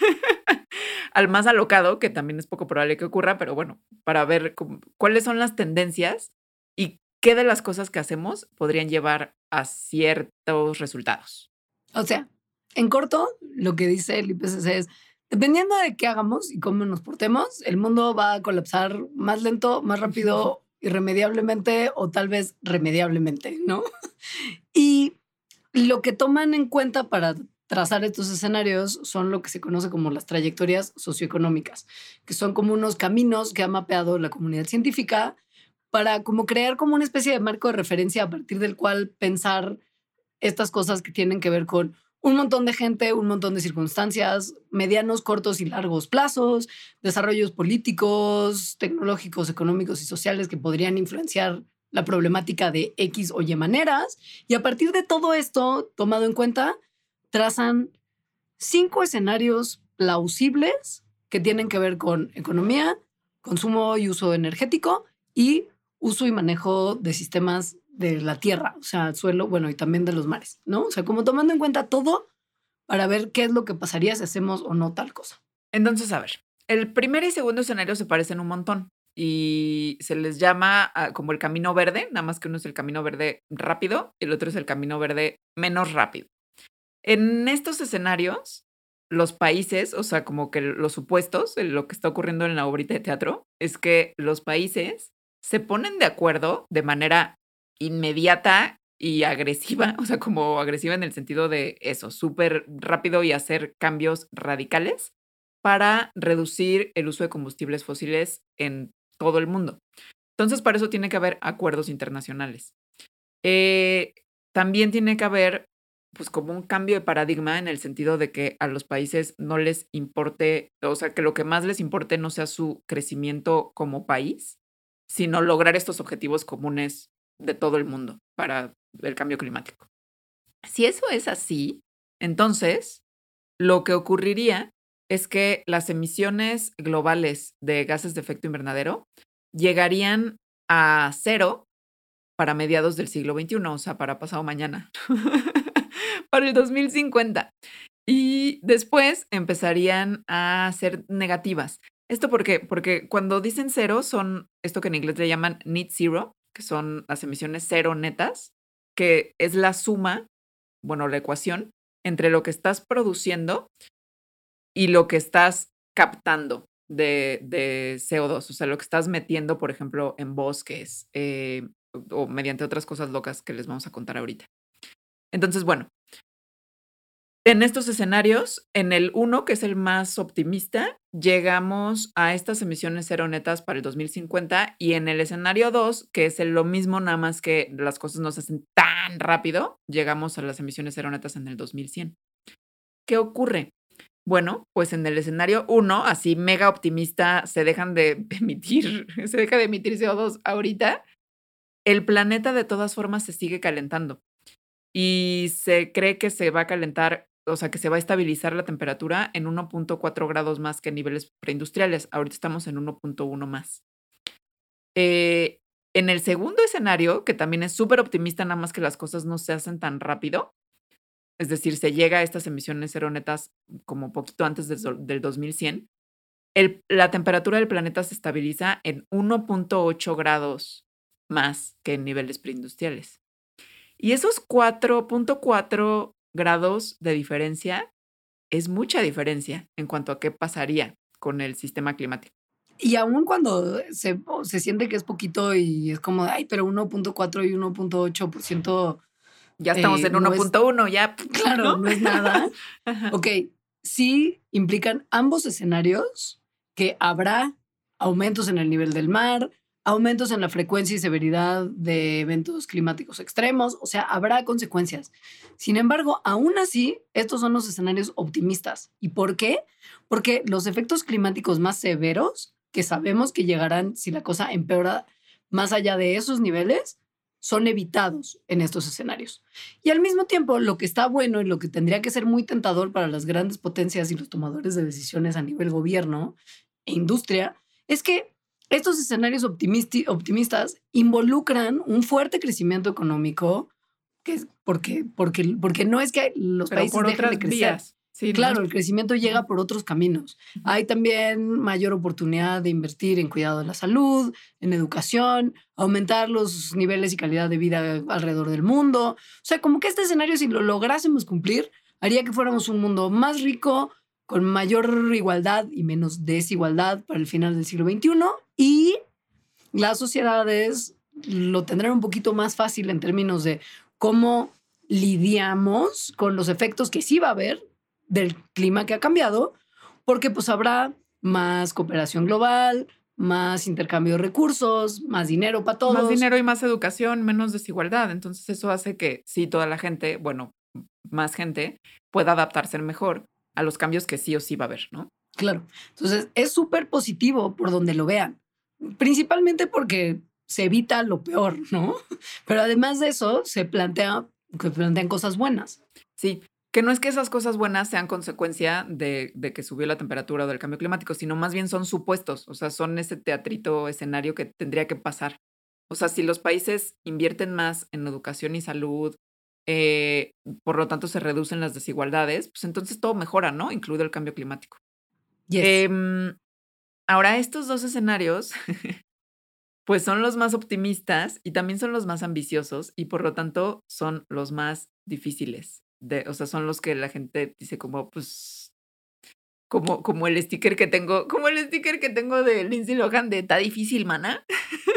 al más alocado, que también es poco probable que ocurra, pero bueno, para ver cuáles son las tendencias y qué de las cosas que hacemos podrían llevar a ciertos resultados. O sea, en corto, lo que dice el IPCC es, dependiendo de qué hagamos y cómo nos portemos, el mundo va a colapsar más lento, más rápido, irremediablemente o tal vez remediablemente, ¿no? Y lo que toman en cuenta para trazar estos escenarios son lo que se conoce como las trayectorias socioeconómicas, que son como unos caminos que ha mapeado la comunidad científica para como crear como una especie de marco de referencia a partir del cual pensar estas cosas que tienen que ver con un montón de gente, un montón de circunstancias, medianos, cortos y largos plazos, desarrollos políticos, tecnológicos, económicos y sociales que podrían influenciar la problemática de X o Y maneras. Y a partir de todo esto, tomado en cuenta, trazan 5 escenarios plausibles que tienen que ver con economía, consumo y uso energético y uso y manejo de sistemas de la tierra, o sea, suelo, bueno, y también de los mares, ¿no? O sea, como tomando en cuenta todo para ver qué es lo que pasaría si hacemos o no tal cosa. Entonces, a ver, el primer y segundo escenario se parecen un montón y se les llama como el camino verde, nada más que uno es el camino verde rápido y el otro es el camino verde menos rápido. En estos escenarios, los países, o sea, como que los supuestos, lo que está ocurriendo en la obrita de teatro, es que los países se ponen de acuerdo de manera inmediata y agresiva, o sea, como agresiva en el sentido de eso, súper rápido y hacer cambios radicales para reducir el uso de combustibles fósiles en todo el mundo. Entonces, para eso tiene que haber acuerdos internacionales. También tiene que haber pues como un cambio de paradigma en el sentido de que a los países no les importe, o sea, que lo que más les importe no sea su crecimiento como país, sino lograr estos objetivos comunes de todo el mundo para el cambio climático. Si eso es así, entonces lo que ocurriría es que las emisiones globales de gases de efecto invernadero llegarían a 0 para mediados del siglo XXI, o sea, para pasado mañana, para el 2050. Y después empezarían a ser negativas. ¿Esto por qué? Porque cuando dicen 0 son esto que en inglés le llaman net zero, que son las emisiones cero netas, que es la suma, bueno, la ecuación entre lo que estás produciendo y lo que estás captando de CO2, o sea, lo que estás metiendo, por ejemplo, en bosques o mediante otras cosas locas que les vamos a contar ahorita. Entonces, bueno, en estos escenarios, en el 1, que es el más optimista, llegamos a estas emisiones cero netas para el 2050 y en el escenario 2, que es lo mismo, nada más que las cosas no se hacen tan rápido, llegamos a las emisiones cero netas en el 2100. ¿Qué ocurre? Bueno, pues en el escenario 1, así mega optimista, se deja de emitir CO2 ahorita, el planeta de todas formas se sigue calentando y se cree que se va a calentar, o sea, que se va a estabilizar la temperatura en 1.4 grados más que niveles preindustriales. Ahorita estamos en 1.1 más. En el segundo escenario, que también es súper optimista, nada más que las cosas no se hacen tan rápido, es decir, se llega a estas emisiones cero netas como poquito antes del 2100, la temperatura del planeta se estabiliza en 1.8 grados más que en niveles preindustriales. Y esos 4.4 grados de diferencia es mucha diferencia en cuanto a qué pasaría con el sistema climático. Y aún cuando se siente que es poquito y es como, ay, pero 1.4 y 1.8%... Ya estamos en 1.1, ya. Claro, no es nada. Ok, sí implican ambos escenarios que habrá aumentos en el nivel del mar, aumentos en la frecuencia y severidad de eventos climáticos extremos, o sea, habrá consecuencias. Sin embargo, aún así, estos son los escenarios optimistas. ¿Y por qué? Porque los efectos climáticos más severos, que sabemos que llegarán si la cosa empeora más allá de esos niveles, son evitados en estos escenarios. Y al mismo tiempo, lo que está bueno y lo que tendría que ser muy tentador para las grandes potencias y los tomadores de decisiones a nivel gobierno e industria es que estos escenarios optimistas involucran un fuerte crecimiento económico, que es porque no es que los países dejen de crecer. Vías. Sí, claro, el crecimiento llega por otros caminos. Hay también mayor oportunidad de invertir en cuidado de la salud, en educación, aumentar los niveles y calidad de vida alrededor del mundo. O sea, como que este escenario, si lo lográsemos cumplir, haría que fuéramos un mundo más rico, con mayor igualdad y menos desigualdad para el final del siglo XXI, y las sociedades lo tendrán un poquito más fácil en términos de cómo lidiamos con los efectos que sí va a haber del clima que ha cambiado, porque pues habrá más cooperación global, más intercambio de recursos, más dinero para todos. Más dinero y más educación, menos desigualdad. Entonces eso hace que sí, toda la gente, bueno, más gente pueda adaptarse mejor a los cambios que sí o sí va a haber, ¿no? Claro. Entonces es súper positivo por donde lo vean, principalmente porque se evita lo peor, ¿no? Pero además de eso, se plantean cosas buenas. Sí. Que no es que esas cosas buenas sean consecuencia de que subió la temperatura o del cambio climático, sino más bien son supuestos, o sea, son ese teatrito, escenario que tendría que pasar. O sea, si los países invierten más en educación y salud, por lo tanto se reducen las desigualdades, pues entonces todo mejora, ¿no? Incluido el cambio climático. Yes. Ahora, estos dos escenarios, pues son los más optimistas y también son los más ambiciosos y por lo tanto son los más difíciles. O sea, son los que la gente dice como, pues, como el sticker que tengo, de Lindsay Lohan de "Está difícil, mana".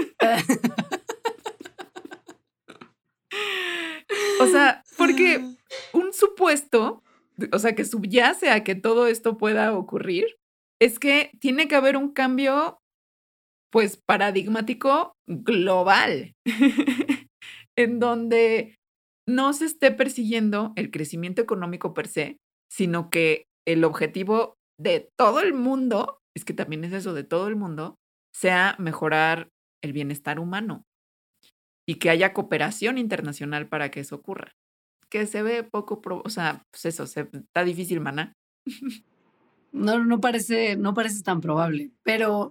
O sea, porque un supuesto, o sea, que subyace a que todo esto pueda ocurrir, es que tiene que haber un cambio, pues, paradigmático global, en donde no se esté persiguiendo el crecimiento económico per se, sino que el objetivo de todo el mundo, es que también es eso, de todo el mundo, sea mejorar el bienestar humano y que haya cooperación internacional para que eso ocurra. Que se ve poco, o sea, pues eso, está difícil, maná. No parece tan probable, pero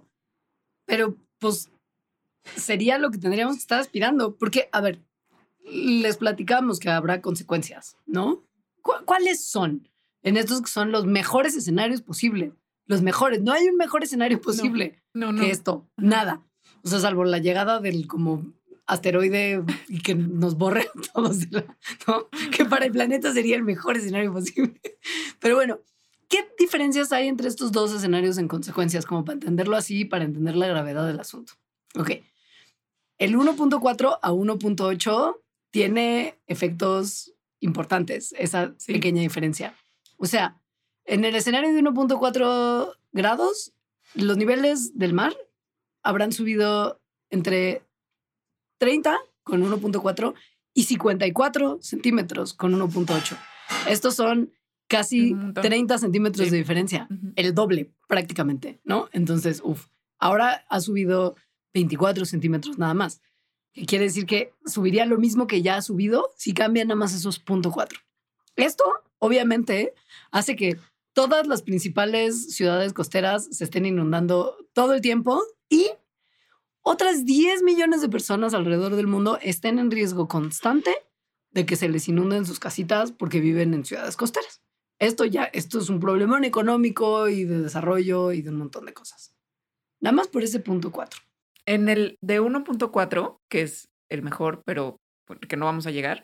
pues sería lo que tendríamos que estar aspirando, porque, a ver, les platicamos que habrá consecuencias, ¿no? ¿Cuáles son? En estos que son los mejores escenarios posibles. Los mejores. No hay un mejor escenario posible que esto. Nada. O sea, salvo la llegada del como asteroide y que nos borre a todos, ¿no? Que para el planeta sería el mejor escenario posible. Pero bueno, ¿qué diferencias hay entre estos dos escenarios en consecuencias? Como para entenderlo así, para entender la gravedad del asunto. Ok. El 1.4 a 1.8 tiene efectos importantes, esa pequeña diferencia. O sea, en el escenario de 1.4 grados, los niveles del mar habrán subido entre 30 con 1.4 y 54 centímetros con 1.8. Estos son casi 30 centímetros de diferencia, el doble prácticamente, ¿no? Entonces, ahora ha subido 24 centímetros nada más. Que quiere decir que subiría lo mismo que ya ha subido si cambian nada más esos 0.4. Esto, obviamente, hace que todas las principales ciudades costeras se estén inundando todo el tiempo y otras 10 millones de personas alrededor del mundo estén en riesgo constante de que se les inunden sus casitas porque viven en ciudades costeras. Esto es un problemón económico y de desarrollo y de un montón de cosas. Nada más por ese 0.4. En el de 1.4, que es el mejor, pero que no vamos a llegar,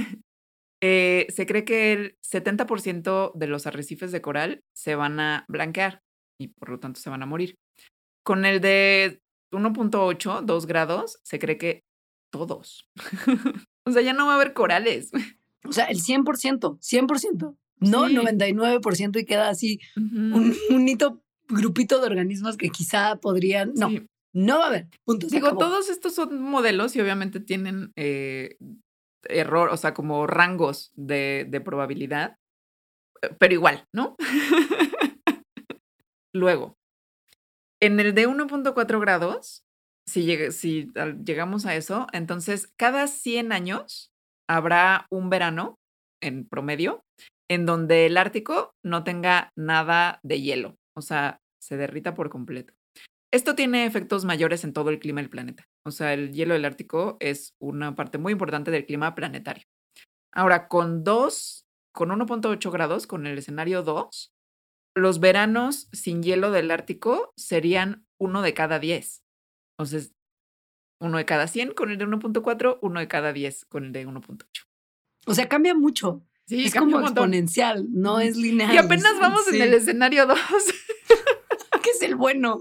se cree que el 70% de los arrecifes de coral se van a blanquear y por lo tanto se van a morir. Con el de 1.8, 2 grados, se cree que todos. O sea, ya no va a haber corales. O sea, el 100%. No, sí. 99% y queda así un grupito de organismos que quizá podrían... No. Sí. No va a haber, punto. Digo, todos estos son modelos y obviamente tienen error, o sea, como rangos de probabilidad, pero igual, ¿no? Luego, en el de 1.4 grados, si llegamos a eso, entonces cada 100 años habrá un verano en promedio en donde el Ártico no tenga nada de hielo, o sea, se derrita por completo. Esto tiene efectos mayores en todo el clima del planeta. O sea, el hielo del Ártico es una parte muy importante del clima planetario. Ahora, con 1.8 grados, con el escenario 2, los veranos sin hielo del Ártico serían 1 de cada 10. O sea, 1 de cada 100 con el de 1.4, 1 de cada 10 con el de 1.8. O sea, cambia mucho. Sí, es como exponencial, no es lineal. Y apenas vamos en el escenario 2. Que es el bueno.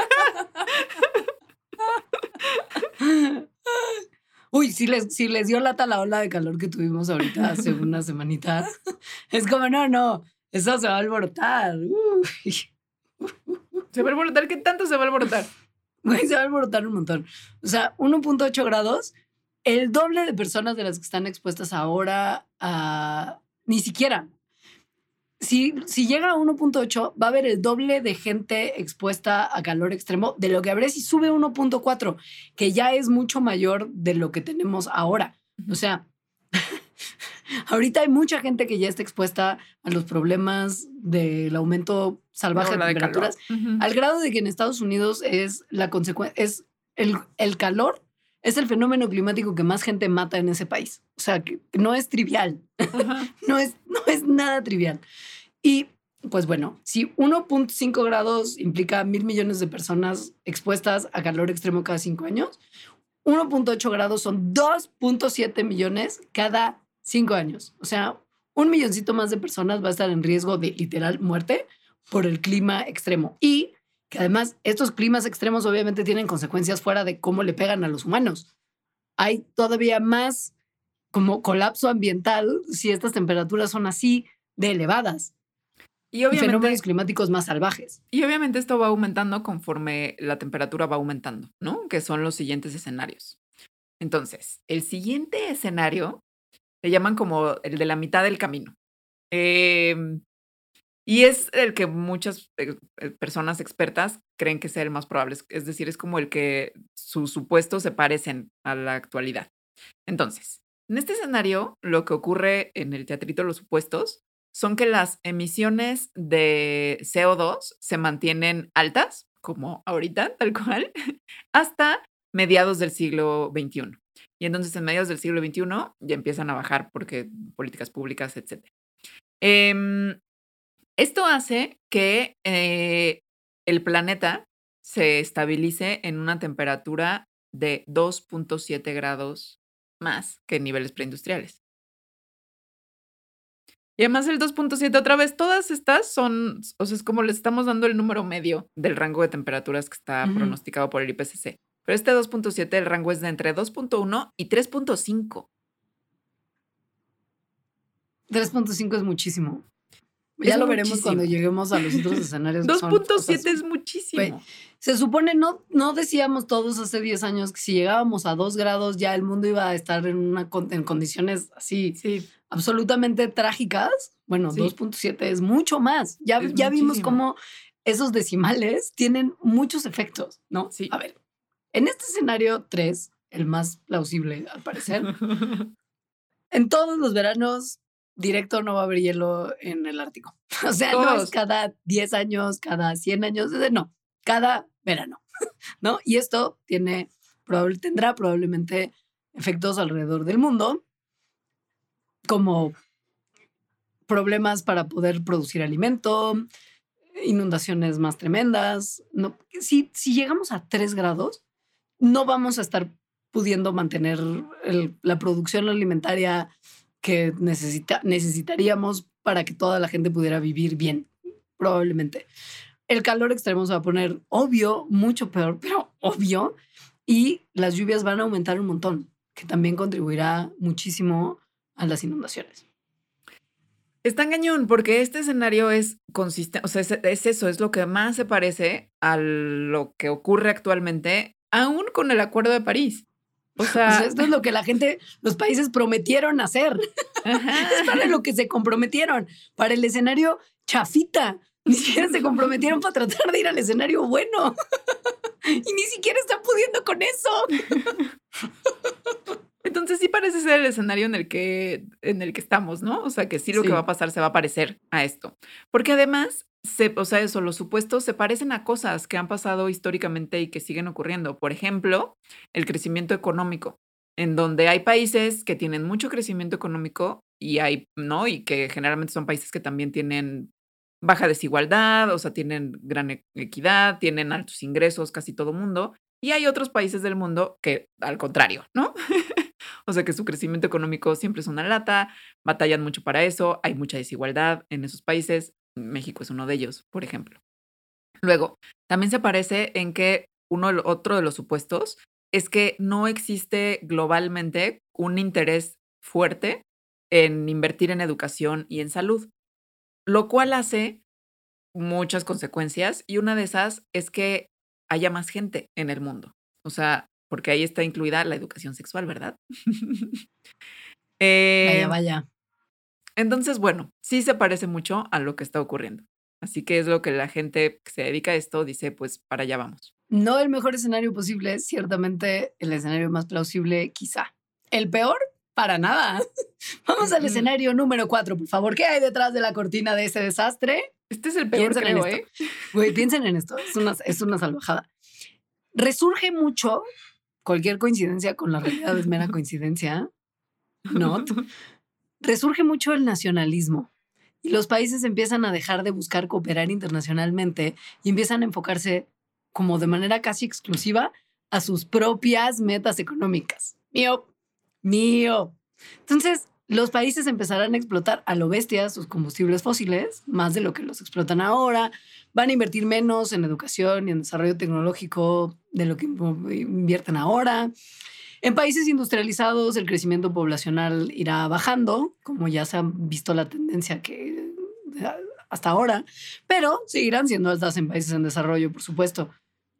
Uy, si les dio lata la ola de calor que tuvimos ahorita hace una semanita. Es como, no, eso se va a alborotar. ¿Se va a alborotar? ¿Qué tanto se va a alborotar? Güey, se va a alborotar un montón. O sea, 1.8 grados, el doble de personas de las que están expuestas ahora a... Ni siquiera. Si llega a 1.8, va a haber el doble de gente expuesta a calor extremo de lo que habría si sube 1.4, que ya es mucho mayor de lo que tenemos ahora. O sea, ahorita hay mucha gente que ya está expuesta a los problemas del aumento salvaje de temperaturas, al grado de que en Estados Unidos es la consecuencia, es el calor, es el fenómeno climático que más gente mata en ese país. O sea, que no es trivial. No es nada trivial. Y, pues bueno, si 1.5 grados implica 1,000 millones de personas expuestas a calor extremo cada 5 años, 1.8 grados son 2.7 millones cada 5 años. O sea, 1 milloncito más de personas va a estar en riesgo de literal muerte por el clima extremo. Y que además estos climas extremos obviamente tienen consecuencias fuera de cómo le pegan a los humanos. Hay todavía más como colapso ambiental si estas temperaturas son así de elevadas. Y fenómenos climáticos más salvajes. Y obviamente esto va aumentando conforme la temperatura va aumentando, ¿no? Que son los siguientes escenarios. Entonces, el siguiente escenario Le llaman como el de la mitad del camino. Y es el que muchas personas expertas creen que sea el más probable. Es decir, es como el que sus supuestos se parecen a la actualidad. Entonces, en este escenario, lo que ocurre en el teatrito de los supuestos son que las emisiones de CO2 se mantienen altas, como ahorita, tal cual, hasta mediados del siglo XXI. Y entonces en mediados del siglo XXI ya empiezan a bajar porque políticas públicas, etc. Esto hace que el planeta se estabilice en una temperatura de 2.7 grados más que niveles preindustriales. Y además el 2.7 otra vez, todas estas son, o sea, es como le estamos dando el número medio del rango de temperaturas que está pronosticado por el IPCC. Pero este 2.7, el rango es de entre 2.1 y 3.5. 3.5 es muchísimo. Ya lo veremos cuando lleguemos a los otros escenarios. 2.7 es muchísimo. Wey, se supone, no decíamos todos hace 10 años que si llegábamos a 2 grados ya el mundo iba a estar en condiciones así absolutamente trágicas. Bueno, sí. 2.7 es mucho más. Ya vimos cómo esos decimales tienen muchos efectos, ¿no? Sí. A ver, en este escenario 3, el más plausible al parecer, en todos los veranos directo no va a haber hielo en el Ártico. O sea, no es cada 10 años, cada 100 años, no, cada verano, ¿no? Y esto tendrá probablemente efectos alrededor del mundo, como problemas para poder producir alimento, inundaciones más tremendas. No, si llegamos a 3 grados, no vamos a estar pudiendo mantener la producción alimentaria que necesitaríamos para que toda la gente pudiera vivir bien, probablemente. El calor extremo se va a poner obvio, mucho peor, pero obvio, y las lluvias van a aumentar un montón, que también contribuirá muchísimo a las inundaciones. Es tan cañón porque este escenario es consistente, o sea, es eso, es lo que más se parece a lo que ocurre actualmente, aún con el Acuerdo de París. O sea, esto es lo que los países prometieron hacer. Es para lo que se comprometieron, para el escenario chafita. Ni siquiera se comprometieron para tratar de ir al escenario bueno. Y ni siquiera están pudiendo con eso. Entonces sí parece ser el escenario en el que estamos, ¿no? O sea, que sí lo que va a pasar se va a parecer a esto. Porque además, los supuestos se parecen a cosas que han pasado históricamente y que siguen ocurriendo. Por ejemplo, el crecimiento económico, en donde hay países que tienen mucho crecimiento económico y y que generalmente son países que también tienen baja desigualdad, o sea, tienen gran equidad, tienen altos ingresos, casi todo mundo. Y hay otros países del mundo que, al contrario, ¿no? O sea, que su crecimiento económico siempre es una lata, batallan mucho para eso, hay mucha desigualdad en esos países. México es uno de ellos, por ejemplo. Luego, también se parece en que otro de los supuestos es que no existe globalmente un interés fuerte en invertir en educación y en salud, lo cual hace muchas consecuencias y una de esas es que haya más gente en el mundo. O sea, porque ahí está incluida la educación sexual, ¿verdad? Vaya. Entonces, bueno, sí se parece mucho a lo que está ocurriendo. Así que es lo que la gente que se dedica a esto dice, pues para allá vamos. No el mejor escenario posible, ciertamente el escenario más plausible, quizá. El peor, para nada. Vamos al escenario número 4, por favor. ¿Qué hay detrás de la cortina de ese desastre? Este es el peor, creo, ¿eh? Güey, piensen en esto. Es una salvajada. Resurge mucho, cualquier coincidencia con la realidad es mera coincidencia, ¿no? Resurge mucho el nacionalismo y los países empiezan a dejar de buscar cooperar internacionalmente y empiezan a enfocarse como de manera casi exclusiva a sus propias metas económicas. Mío. Entonces, los países empezarán a explotar a lo bestia sus combustibles fósiles, más de lo que los explotan ahora. Van a invertir menos en educación y en desarrollo tecnológico de lo que invierten ahora. En países industrializados, el crecimiento poblacional irá bajando, como ya se ha visto la tendencia que hasta ahora, pero seguirán siendo altas en países en desarrollo, por supuesto.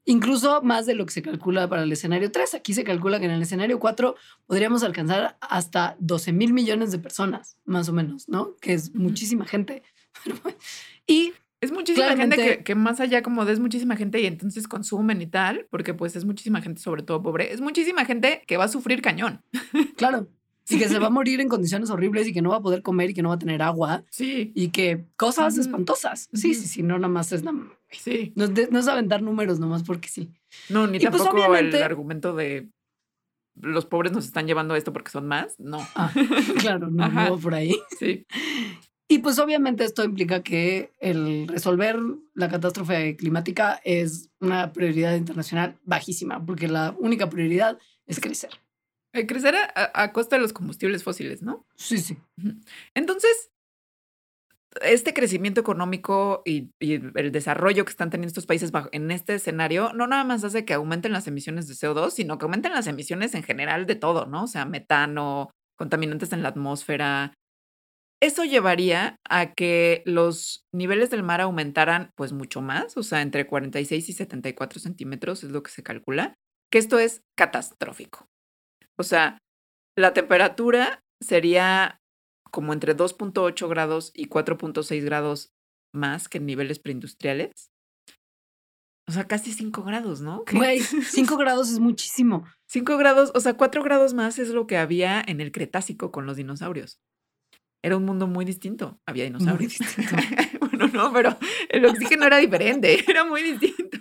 Incluso más de lo que se calcula para el escenario 3. Aquí se calcula que en el escenario 4 podríamos alcanzar hasta 12,000 millones de personas, más o menos, ¿no? Que es muchísima gente. Y Es muchísima claramente, gente que más allá como de es muchísima gente y entonces consumen y tal, porque pues es muchísima gente, sobre todo pobre, es muchísima gente que va a sufrir cañón. claro, y que se va a morir en condiciones horribles y que no va a poder comer y que no va a tener agua Sí, y que cosas Ujú. espantosas. Sí, no, nada más es sí. no es aventar números nomás porque sí. No, ni Y pues tampoco obviamente, el argumento de los pobres nos están llevando a esto porque son más. No. claro, no Ajá. va por ahí. Sí. Y pues obviamente esto implica que el resolver la catástrofe climática es una prioridad internacional bajísima, porque la única prioridad es crecer. Crecer a costa de los combustibles fósiles, ¿no? Sí. Ujú. Entonces, este crecimiento económico y el desarrollo que están teniendo estos países en este escenario no nada más hace que aumenten las emisiones de CO2, sino que aumenten las emisiones en general de todo, ¿no? O sea, metano, contaminantes en la atmósfera. Eso llevaría a que los niveles del mar aumentaran pues mucho más, o sea, entre 46 y 74 centímetros es lo que se calcula, que esto es catastrófico. O sea, la temperatura sería como entre 2.8 grados y 4.6 grados más que en niveles preindustriales. O sea, casi 5 grados, ¿no? Güey, 5 grados es muchísimo. 5 grados, o sea, 4 grados más es lo que había en el Cretácico con los dinosaurios. Era un mundo muy distinto. Había Muy dinosaurios. distinto. Bueno, no, pero el oxígeno era diferente, era muy distinto.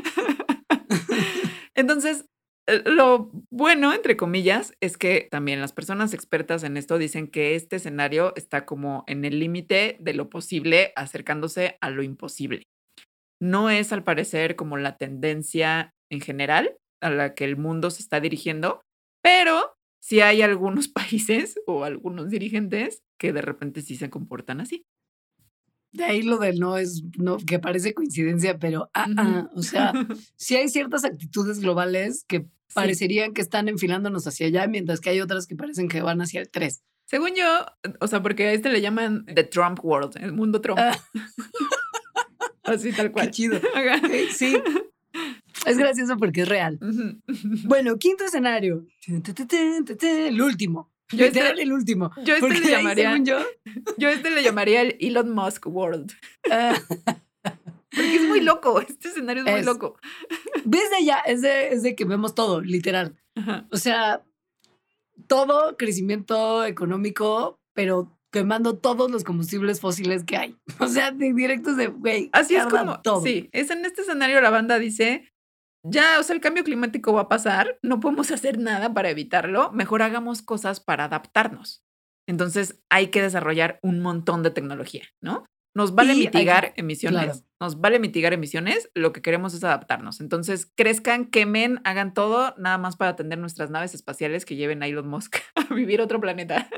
Entonces, lo bueno, entre comillas, es que también las personas expertas en esto dicen que este escenario está como en el límite de lo posible, acercándose a lo imposible. No es, al parecer, como la tendencia en general a la que el mundo se está dirigiendo, pero sí hay algunos países o algunos dirigentes que de repente sí se comportan así. De ahí lo del no, que parece coincidencia, pero o sea, sí hay ciertas actitudes globales que parecerían que están enfilándonos hacia allá, mientras que hay otras que parecen que van hacia el 3. Según yo, o sea, porque a este le llaman The Trump World, el mundo Trump. Así tal cual. Qué chido. Sí. Es gracioso porque es real. Bueno, quinto escenario. El último. Literal, el último. Yo este Porque le llamaría, según yo este le llamaría el Elon Musk World. Porque es muy loco. Este escenario es muy loco. Desde ya, es de que vemos todo, literal. Ajá. O sea, todo crecimiento económico, pero quemando todos los combustibles fósiles que hay. O sea, directos de, güey, así es como, todo. Sí, es en este escenario la banda dice, ya, o sea, el cambio climático va a pasar, no podemos hacer nada para evitarlo, mejor hagamos cosas para adaptarnos. Entonces hay que desarrollar un montón de tecnología, ¿no? Nos vale mitigar emisiones, claro. Nos vale mitigar emisiones, lo que queremos es adaptarnos. Entonces crezcan, quemen, hagan todo, nada más para atender nuestras naves espaciales que lleven a Elon Musk a vivir otro planeta.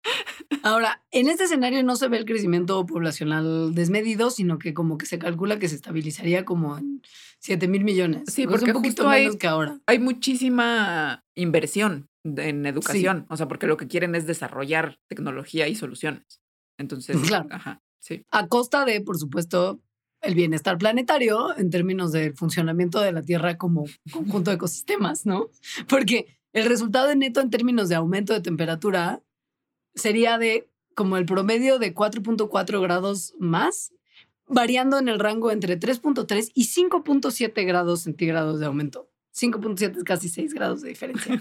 Ahora, en este escenario no se ve el crecimiento poblacional desmedido, sino que como que se calcula que se estabilizaría como en 7,000 millones. Sí, O sea, porque un poquito justo menos que ahora. Hay muchísima inversión en educación, o sea, porque lo que quieren es desarrollar tecnología y soluciones. Entonces, Claro. Ajá, sí. A costa de, por supuesto, el bienestar planetario en términos del funcionamiento de la Tierra como conjunto de ecosistemas, ¿no? Porque el resultado neto en términos de aumento de temperatura sería de como el promedio de 4.4 grados más, variando en el rango entre 3.3 y 5.7 grados centígrados de aumento. 5.7 es casi 6 grados de diferencia.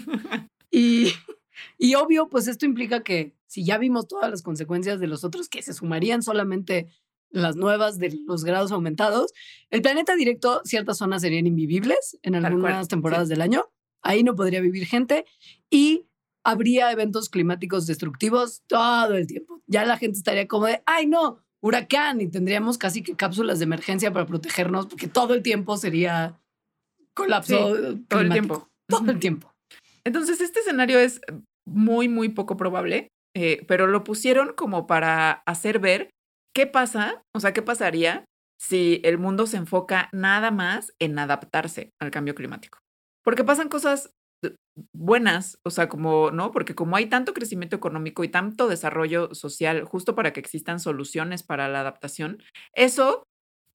Y obvio, pues esto implica que si ya vimos todas las consecuencias de los otros que se sumarían solamente las nuevas de los grados aumentados, el planeta directo, ciertas zonas serían invivibles en algunas temporadas del año. Ahí no podría vivir gente y habría eventos climáticos destructivos todo el tiempo. Ya la gente estaría como de, ¡ay no! Huracán, y tendríamos casi que cápsulas de emergencia para protegernos porque todo el tiempo sería colapso climático. Todo el tiempo. Todo el tiempo. Entonces, este escenario es muy, muy poco probable, pero lo pusieron como para hacer ver qué pasa, o sea, qué pasaría si el mundo se enfoca nada más en adaptarse al cambio climático. Porque pasan cosas buenas, o sea, como, ¿no? Porque como hay tanto crecimiento económico y tanto desarrollo social justo para que existan soluciones para la adaptación, eso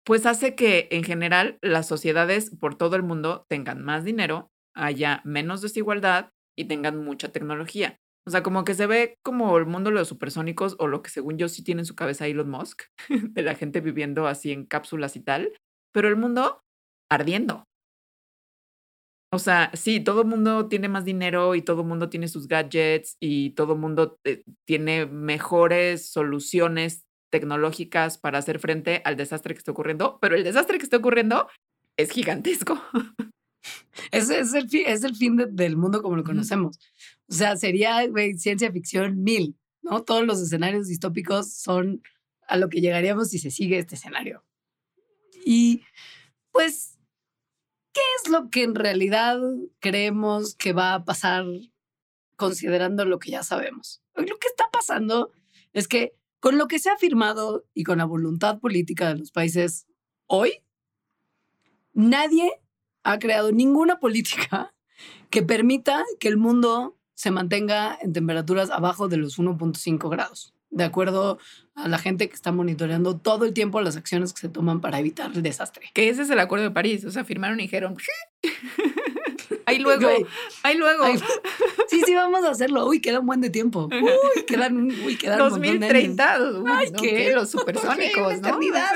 Pues hace que en general las sociedades por todo el mundo tengan más dinero, haya menos desigualdad y tengan mucha tecnología. O sea, como que se ve como el mundo de los supersónicos o lo que según yo sí tiene en su cabeza Elon Musk, de la gente viviendo así en cápsulas y tal, pero el mundo ardiendo. O sea, sí, todo el mundo tiene más dinero y todo el mundo tiene sus gadgets y todo el mundo tiene mejores soluciones tecnológicas para hacer frente al desastre que está ocurriendo, pero el desastre que está ocurriendo es gigantesco. Es el fin del mundo como lo conocemos. O sea, sería, güey, ciencia ficción 1000, ¿no? Todos los escenarios distópicos son a lo que llegaríamos si se sigue este escenario. Y, pues, ¿qué es lo que en realidad creemos que va a pasar considerando lo que ya sabemos? Lo que está pasando es que con lo que se ha firmado y con la voluntad política de los países hoy, nadie ha creado ninguna política que permita que el mundo se mantenga en temperaturas abajo de los 1.5 grados, de acuerdo a la gente que está monitoreando todo el tiempo las acciones que se toman para evitar el desastre. Que ese es el Acuerdo de París. O sea, firmaron y dijeron, ahí luego, Güey, ahí luego. Sí, vamos a hacerlo. Uy, queda un buen de tiempo. Quedan un montón de años. 2030. Uy, Ay, no, ¿qué? Los supersónicos, ¿no? Eternidad.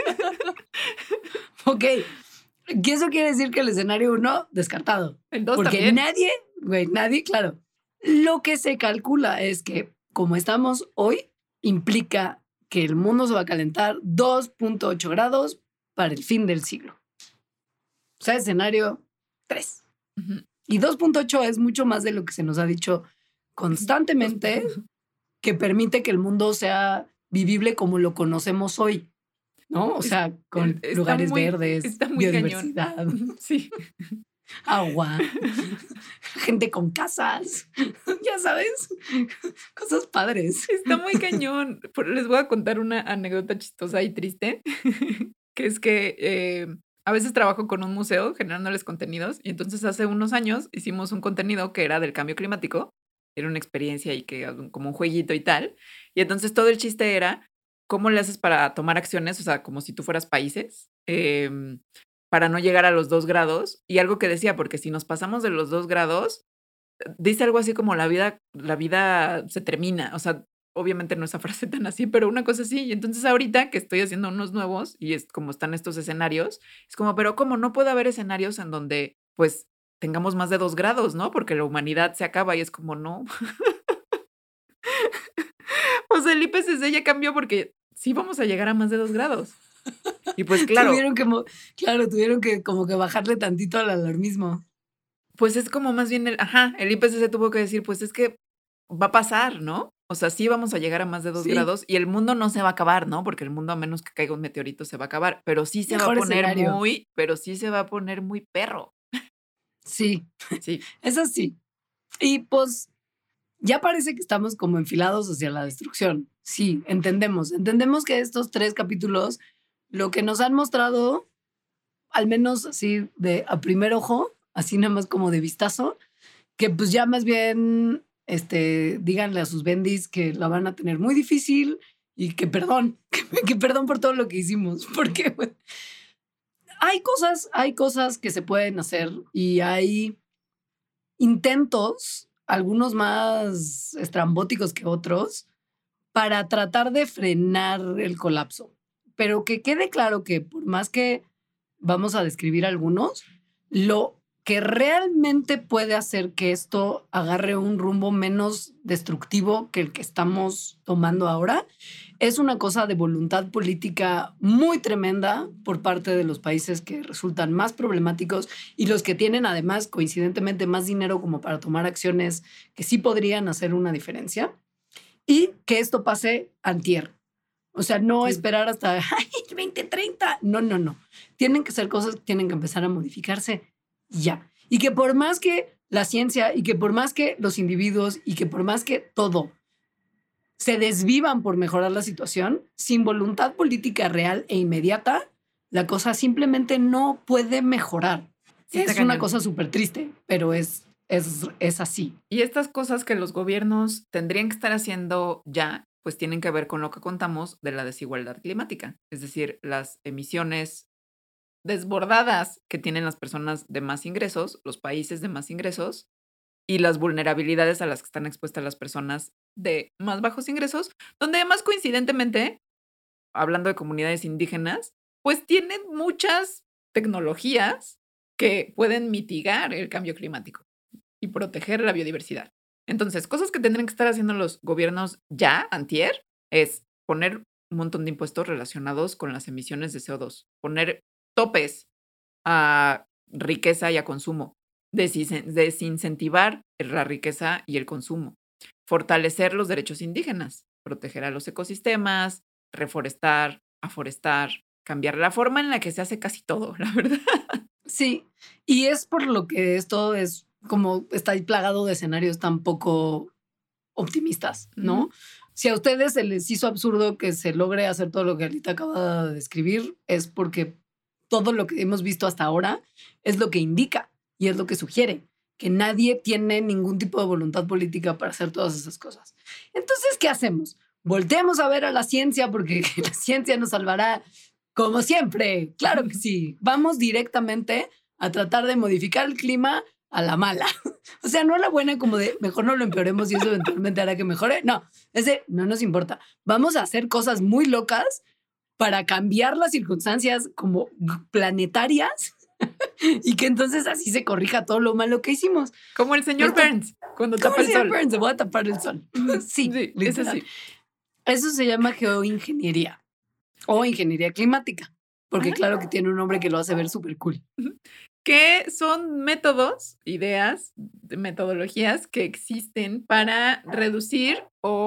Ok. ¿Qué eso quiere decir que el escenario 1 descartado? El 2 Porque también. nadie, claro. Lo que se calcula es que como estamos hoy, implica que el mundo se va a calentar 2.8 grados para el fin del siglo. O sea, escenario 3. Ujú. Y 2.8 es mucho más de lo que se nos ha dicho constantemente, que permite que el mundo sea vivible como lo conocemos hoy, ¿no? O sea, con Está lugares muy- verdes, está muy biodiversidad, cañón. Sí. agua, gente con casas, ya sabes, cosas padres. Está muy cañón. Les voy a contar una anécdota chistosa y triste, que es que a veces trabajo con un museo generándoles contenidos y entonces hace unos años hicimos un contenido que era del cambio climático. Era una experiencia y que como un jueguito y tal. Y entonces todo el chiste era cómo le haces para tomar acciones, o sea, como si tú fueras países, para no llegar a los 2 grados. Y algo que decía, porque si nos pasamos de los 2 grados, dice algo así como la vida se termina. O sea, obviamente no esa frase tan así, pero una cosa así. Y entonces ahorita que estoy haciendo unos nuevos y es como están estos escenarios, es como, pero ¿cómo? No puede haber escenarios en donde pues tengamos más de 2 grados, ¿no? Porque la humanidad se acaba y es como, no. O sea, el IPCC ya cambió porque sí vamos a llegar a más de 2 grados. Y pues claro, Tuvieron que como que bajarle tantito al alarmismo. pues es como más bien el IPCC tuvo que decir, pues es que va a pasar, ¿no? O sea, sí vamos a llegar a más de 2 Sí. grados y el mundo no se va a acabar, ¿no? Porque el mundo a menos que caiga un meteorito se va a acabar, pero sí se Mejor va a poner escenario. muy perro. Sí, Sí. es así. Y pues ya parece que estamos como enfilados hacia la destrucción. Sí, entendemos que estos 3 capítulos lo que nos han mostrado, al menos así de a primer ojo, así nada más como de vistazo, que pues ya más bien díganle a sus bendis que la van a tener muy difícil y que perdón, que perdón por todo lo que hicimos, porque bueno, hay cosas que se pueden hacer y hay intentos, algunos más estrambóticos que otros, para tratar de frenar el colapso. Pero que quede claro que por más que vamos a describir algunos, lo que realmente puede hacer que esto agarre un rumbo menos destructivo que el que estamos tomando ahora es una cosa de voluntad política muy tremenda por parte de los países que resultan más problemáticos y los que tienen además coincidentemente más dinero como para tomar acciones que sí podrían hacer una diferencia y que esto pase antier. O sea, no esperar hasta 2030. No. Tienen que ser cosas que tienen que empezar a modificarse ya. Y que por más que la ciencia y que por más que los individuos y que por más que todo se desvivan por mejorar la situación, sin voluntad política real e inmediata, la cosa simplemente no puede mejorar. Sí, está es una cañón. cosa súper triste, pero es así. Y estas cosas que los gobiernos tendrían que estar haciendo ya, pues tienen que ver con lo que contamos de la desigualdad climática, es decir, las emisiones desbordadas que tienen las personas de más ingresos, los países de más ingresos, y las vulnerabilidades a las que están expuestas las personas de más bajos ingresos, donde además coincidentemente, hablando de comunidades indígenas, pues tienen muchas tecnologías que pueden mitigar el cambio climático y proteger la biodiversidad. Entonces, cosas que tendrían que estar haciendo los gobiernos ya, antier, es poner un montón de impuestos relacionados con las emisiones de CO2, poner topes a riqueza y a consumo, desincentivar la riqueza y el consumo, fortalecer los derechos indígenas, proteger a los ecosistemas, reforestar, aforestar, cambiar la forma en la que se hace casi todo, la verdad. Sí, y es por lo que esto es como está ahí plagado de escenarios tan poco optimistas, ¿no? Si a ustedes se les hizo absurdo que se logre hacer todo lo que Alita acaba de describir, es porque todo lo que hemos visto hasta ahora es lo que indica y es lo que sugiere, que nadie tiene ningún tipo de voluntad política para hacer todas esas cosas. Entonces, ¿qué hacemos? Volteemos a ver a la ciencia porque la ciencia nos salvará como siempre. Claro que sí. Vamos directamente a tratar de modificar el clima a la mala. O sea, no a la buena como de mejor no lo empeoremos y eso eventualmente hará que mejore. No, no nos importa. Vamos a hacer cosas muy locas para cambiar las circunstancias como planetarias y que entonces así se corrija todo lo malo que hicimos. Como el señor Burns, cuando tapa el sol. Como el señor Burns, se voy a tapar el sol. Sí, eso sí. Eso se llama geoingeniería o ingeniería climática, porque claro que tiene un nombre que lo hace ver súper cool. Que son métodos, ideas, metodologías que existen para reducir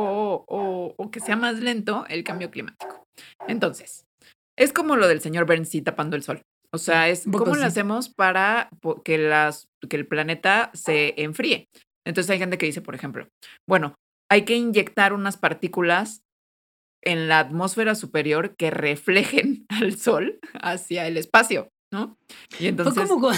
o que sea más lento el cambio climático. Entonces, es como lo del señor Burns tapando el sol. O sea, es cómo lo hacemos para que el planeta se enfríe. Entonces hay gente que dice, por ejemplo, bueno, hay que inyectar unas partículas en la atmósfera superior que reflejen al sol hacia el espacio, ¿no? Y entonces... ¿Cuál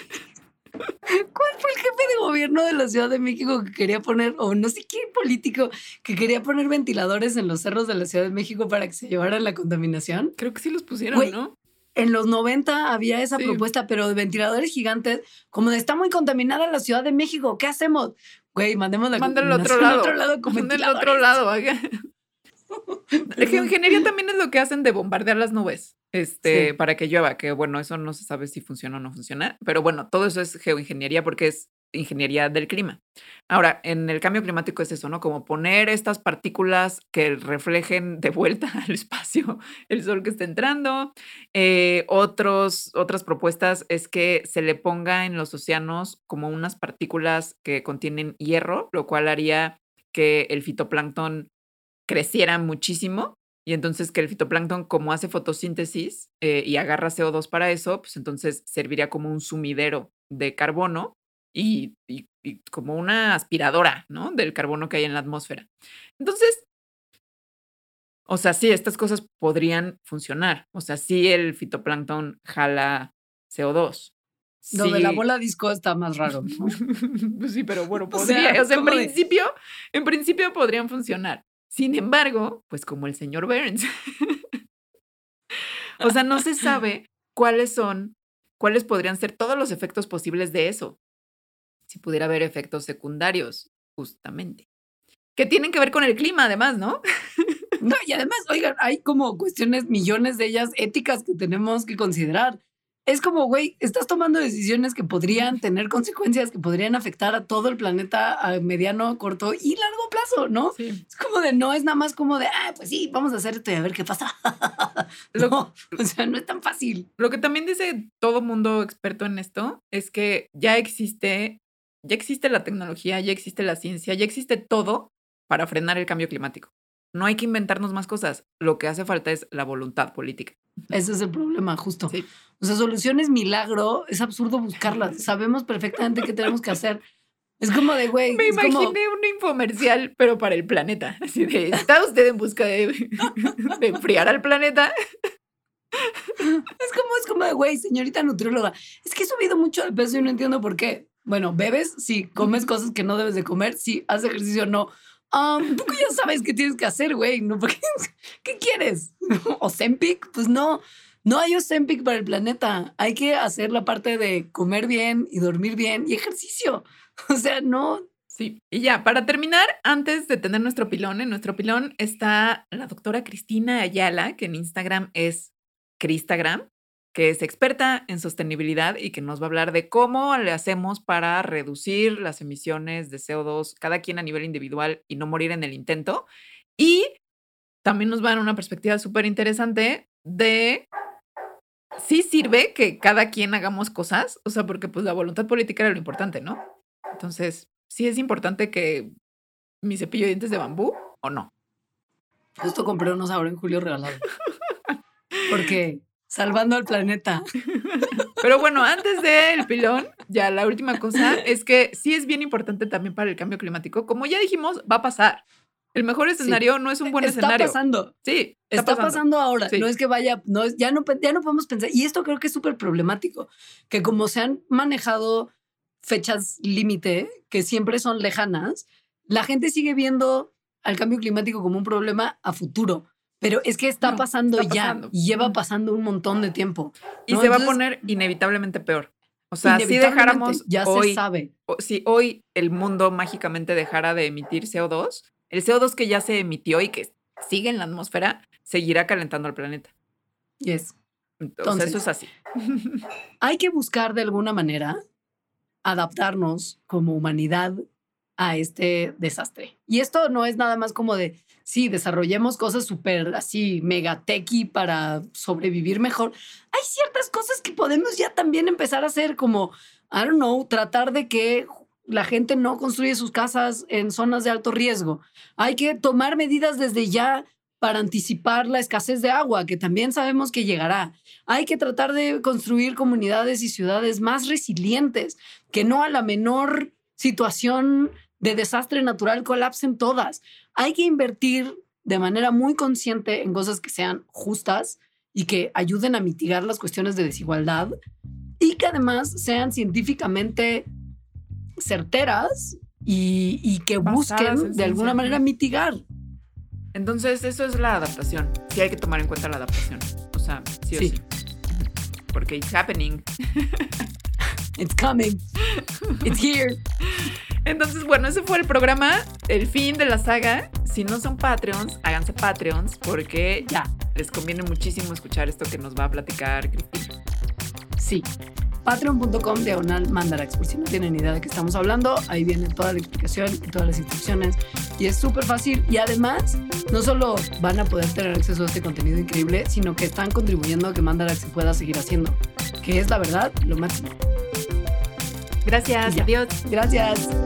fue el jefe de gobierno de la Ciudad de México que quería poner, o no sé qué político, que quería poner ventiladores en los cerros de la Ciudad de México para que se llevaran la contaminación? Creo que sí los pusieron, ¿no? En los 90 había esa propuesta, pero de ventiladores gigantes, como de está muy contaminada la Ciudad de México, ¿qué hacemos? Güey, mandemos la contaminación al otro lado con ventiladores. Al otro lado, La geoingeniería también es lo que hacen de bombardear las nubes para que llueva, que bueno, eso no se sabe si funciona o no funciona, pero bueno, todo eso es geoingeniería porque es ingeniería del clima. Ahora, en el cambio climático es eso, ¿no? Como poner estas partículas que reflejen de vuelta al espacio el sol que está entrando. Otras propuestas es que se le ponga en los océanos como unas partículas que contienen hierro, lo cual haría que el fitoplancton creciera muchísimo y entonces que el fitoplancton, como hace fotosíntesis y agarra CO2 para eso, pues entonces serviría como un sumidero de carbono y como una aspiradora, ¿no? Del carbono que hay en la atmósfera. Entonces, o sea, sí, estas cosas podrían funcionar. O sea, sí el fitoplancton jala CO2. Lo de la bola disco está más raro, ¿no? Pues sí, pero bueno, podría. O sea, en principio podrían funcionar. Sin embargo, pues como el señor Burns. O sea, no se sabe cuáles podrían ser todos los efectos posibles de eso. Si pudiera haber efectos secundarios, justamente. Que tienen que ver con el clima, además, ¿no? No, y además, oigan, hay como cuestiones, millones de ellas éticas que tenemos que considerar. Es como, güey, estás tomando decisiones que podrían tener consecuencias, que podrían afectar a todo el planeta a mediano, corto y largo plazo, ¿no? Sí. Es como de, no es nada más como de, pues sí, vamos a hacer esto y a ver qué pasa. No, o sea, no es tan fácil. Lo que también dice todo mundo experto en esto es que ya existe la tecnología, ya existe la ciencia, ya existe todo para frenar el cambio climático. No hay que inventarnos más cosas. Lo que hace falta es la voluntad política. Ese es el problema, justo. Sí. O sea, soluciones milagro, es absurdo buscarlas. Sabemos perfectamente qué tenemos que hacer. Es como de, güey. Me imaginé un infomercial, pero para el planeta. Así de, ¿está usted en busca de enfriar al planeta? Es como de, güey, señorita nutrióloga, es que he subido mucho de peso y no entiendo por qué. Bueno, ¿bebes? Sí. ¿Comes cosas que no debes de comer? Sí. ¿Haces ejercicio? No. Tú que ya sabes qué tienes que hacer, güey. ¿No? ¿Qué quieres? ¿Ozempic? Pues no hay Ozempic para el planeta. Hay que hacer la parte de comer bien y dormir bien y ejercicio. O sea, no. Sí, y ya, para terminar, antes de tener nuestro pilón, en nuestro pilón está la doctora Cristina Ayala, que en Instagram es Cristagram, que es experta en sostenibilidad y que nos va a hablar de cómo le hacemos para reducir las emisiones de CO2, cada quien a nivel individual y no morir en el intento. Y también nos va a dar una perspectiva súper interesante de sí sirve que cada quien hagamos cosas, o sea, porque pues la voluntad política era lo importante, ¿no? Entonces, ¿sí es importante que mi cepillo de dientes de bambú o no? Justo compré unos ahora en julio regalado. Porque salvando al planeta. Pero bueno, antes del pilón, ya la última cosa es que sí es bien importante también para el cambio climático. Como ya dijimos, va a pasar. El mejor escenario no es un buen escenario. Está pasando. Sí, está pasando ahora. Sí. No es que vaya, ya no podemos pensar. Y esto creo que es súper problemático. Que como se han manejado fechas límite, que siempre son lejanas, la gente sigue viendo al cambio climático como un problema a futuro. Pero es que está pasando ya y lleva pasando un montón de tiempo, ¿no? Y se va a poner inevitablemente peor. O sea, si dejáramos ya hoy, se sabe. Si hoy el mundo mágicamente dejara de emitir CO2, el CO2 que ya se emitió y que sigue en la atmósfera, seguirá calentando al planeta. Yes. Entonces eso es así. Hay que buscar de alguna manera adaptarnos como humanidad a este desastre. Y esto no es nada más como de, sí, desarrollemos cosas súper así, mega techy para sobrevivir mejor. Hay ciertas cosas que podemos ya también empezar a hacer como, I don't know, tratar de que la gente no construye sus casas en zonas de alto riesgo. Hay que tomar medidas desde ya para anticipar la escasez de agua, que también sabemos que llegará. Hay que tratar de construir comunidades y ciudades más resilientes, que no a la menor situación de desastre natural colapsen todas. Hay que invertir de manera muy consciente en cosas que sean justas y que ayuden a mitigar las cuestiones de desigualdad y que además sean científicamente certeras y que busquen de alguna manera mitigar. Entonces, eso es la adaptación. Sí hay que tomar en cuenta la adaptación. O sea, sí o sí. Porque it's happening. It's coming. It's here. Entonces, bueno, ese fue el programa, el fin de la saga. Si no son Patreons, háganse Patreons porque ya les conviene muchísimo escuchar esto que nos va a platicar Cristina. Sí. Patreon.com/Mandarax, por si no tienen idea de qué estamos hablando. Ahí viene toda la explicación y todas las instrucciones. Y es súper fácil. Y además, no solo van a poder tener acceso a este contenido increíble, sino que están contribuyendo a que Mandarax se pueda seguir haciendo. Que es, la verdad, lo máximo. Gracias. Adiós. Gracias.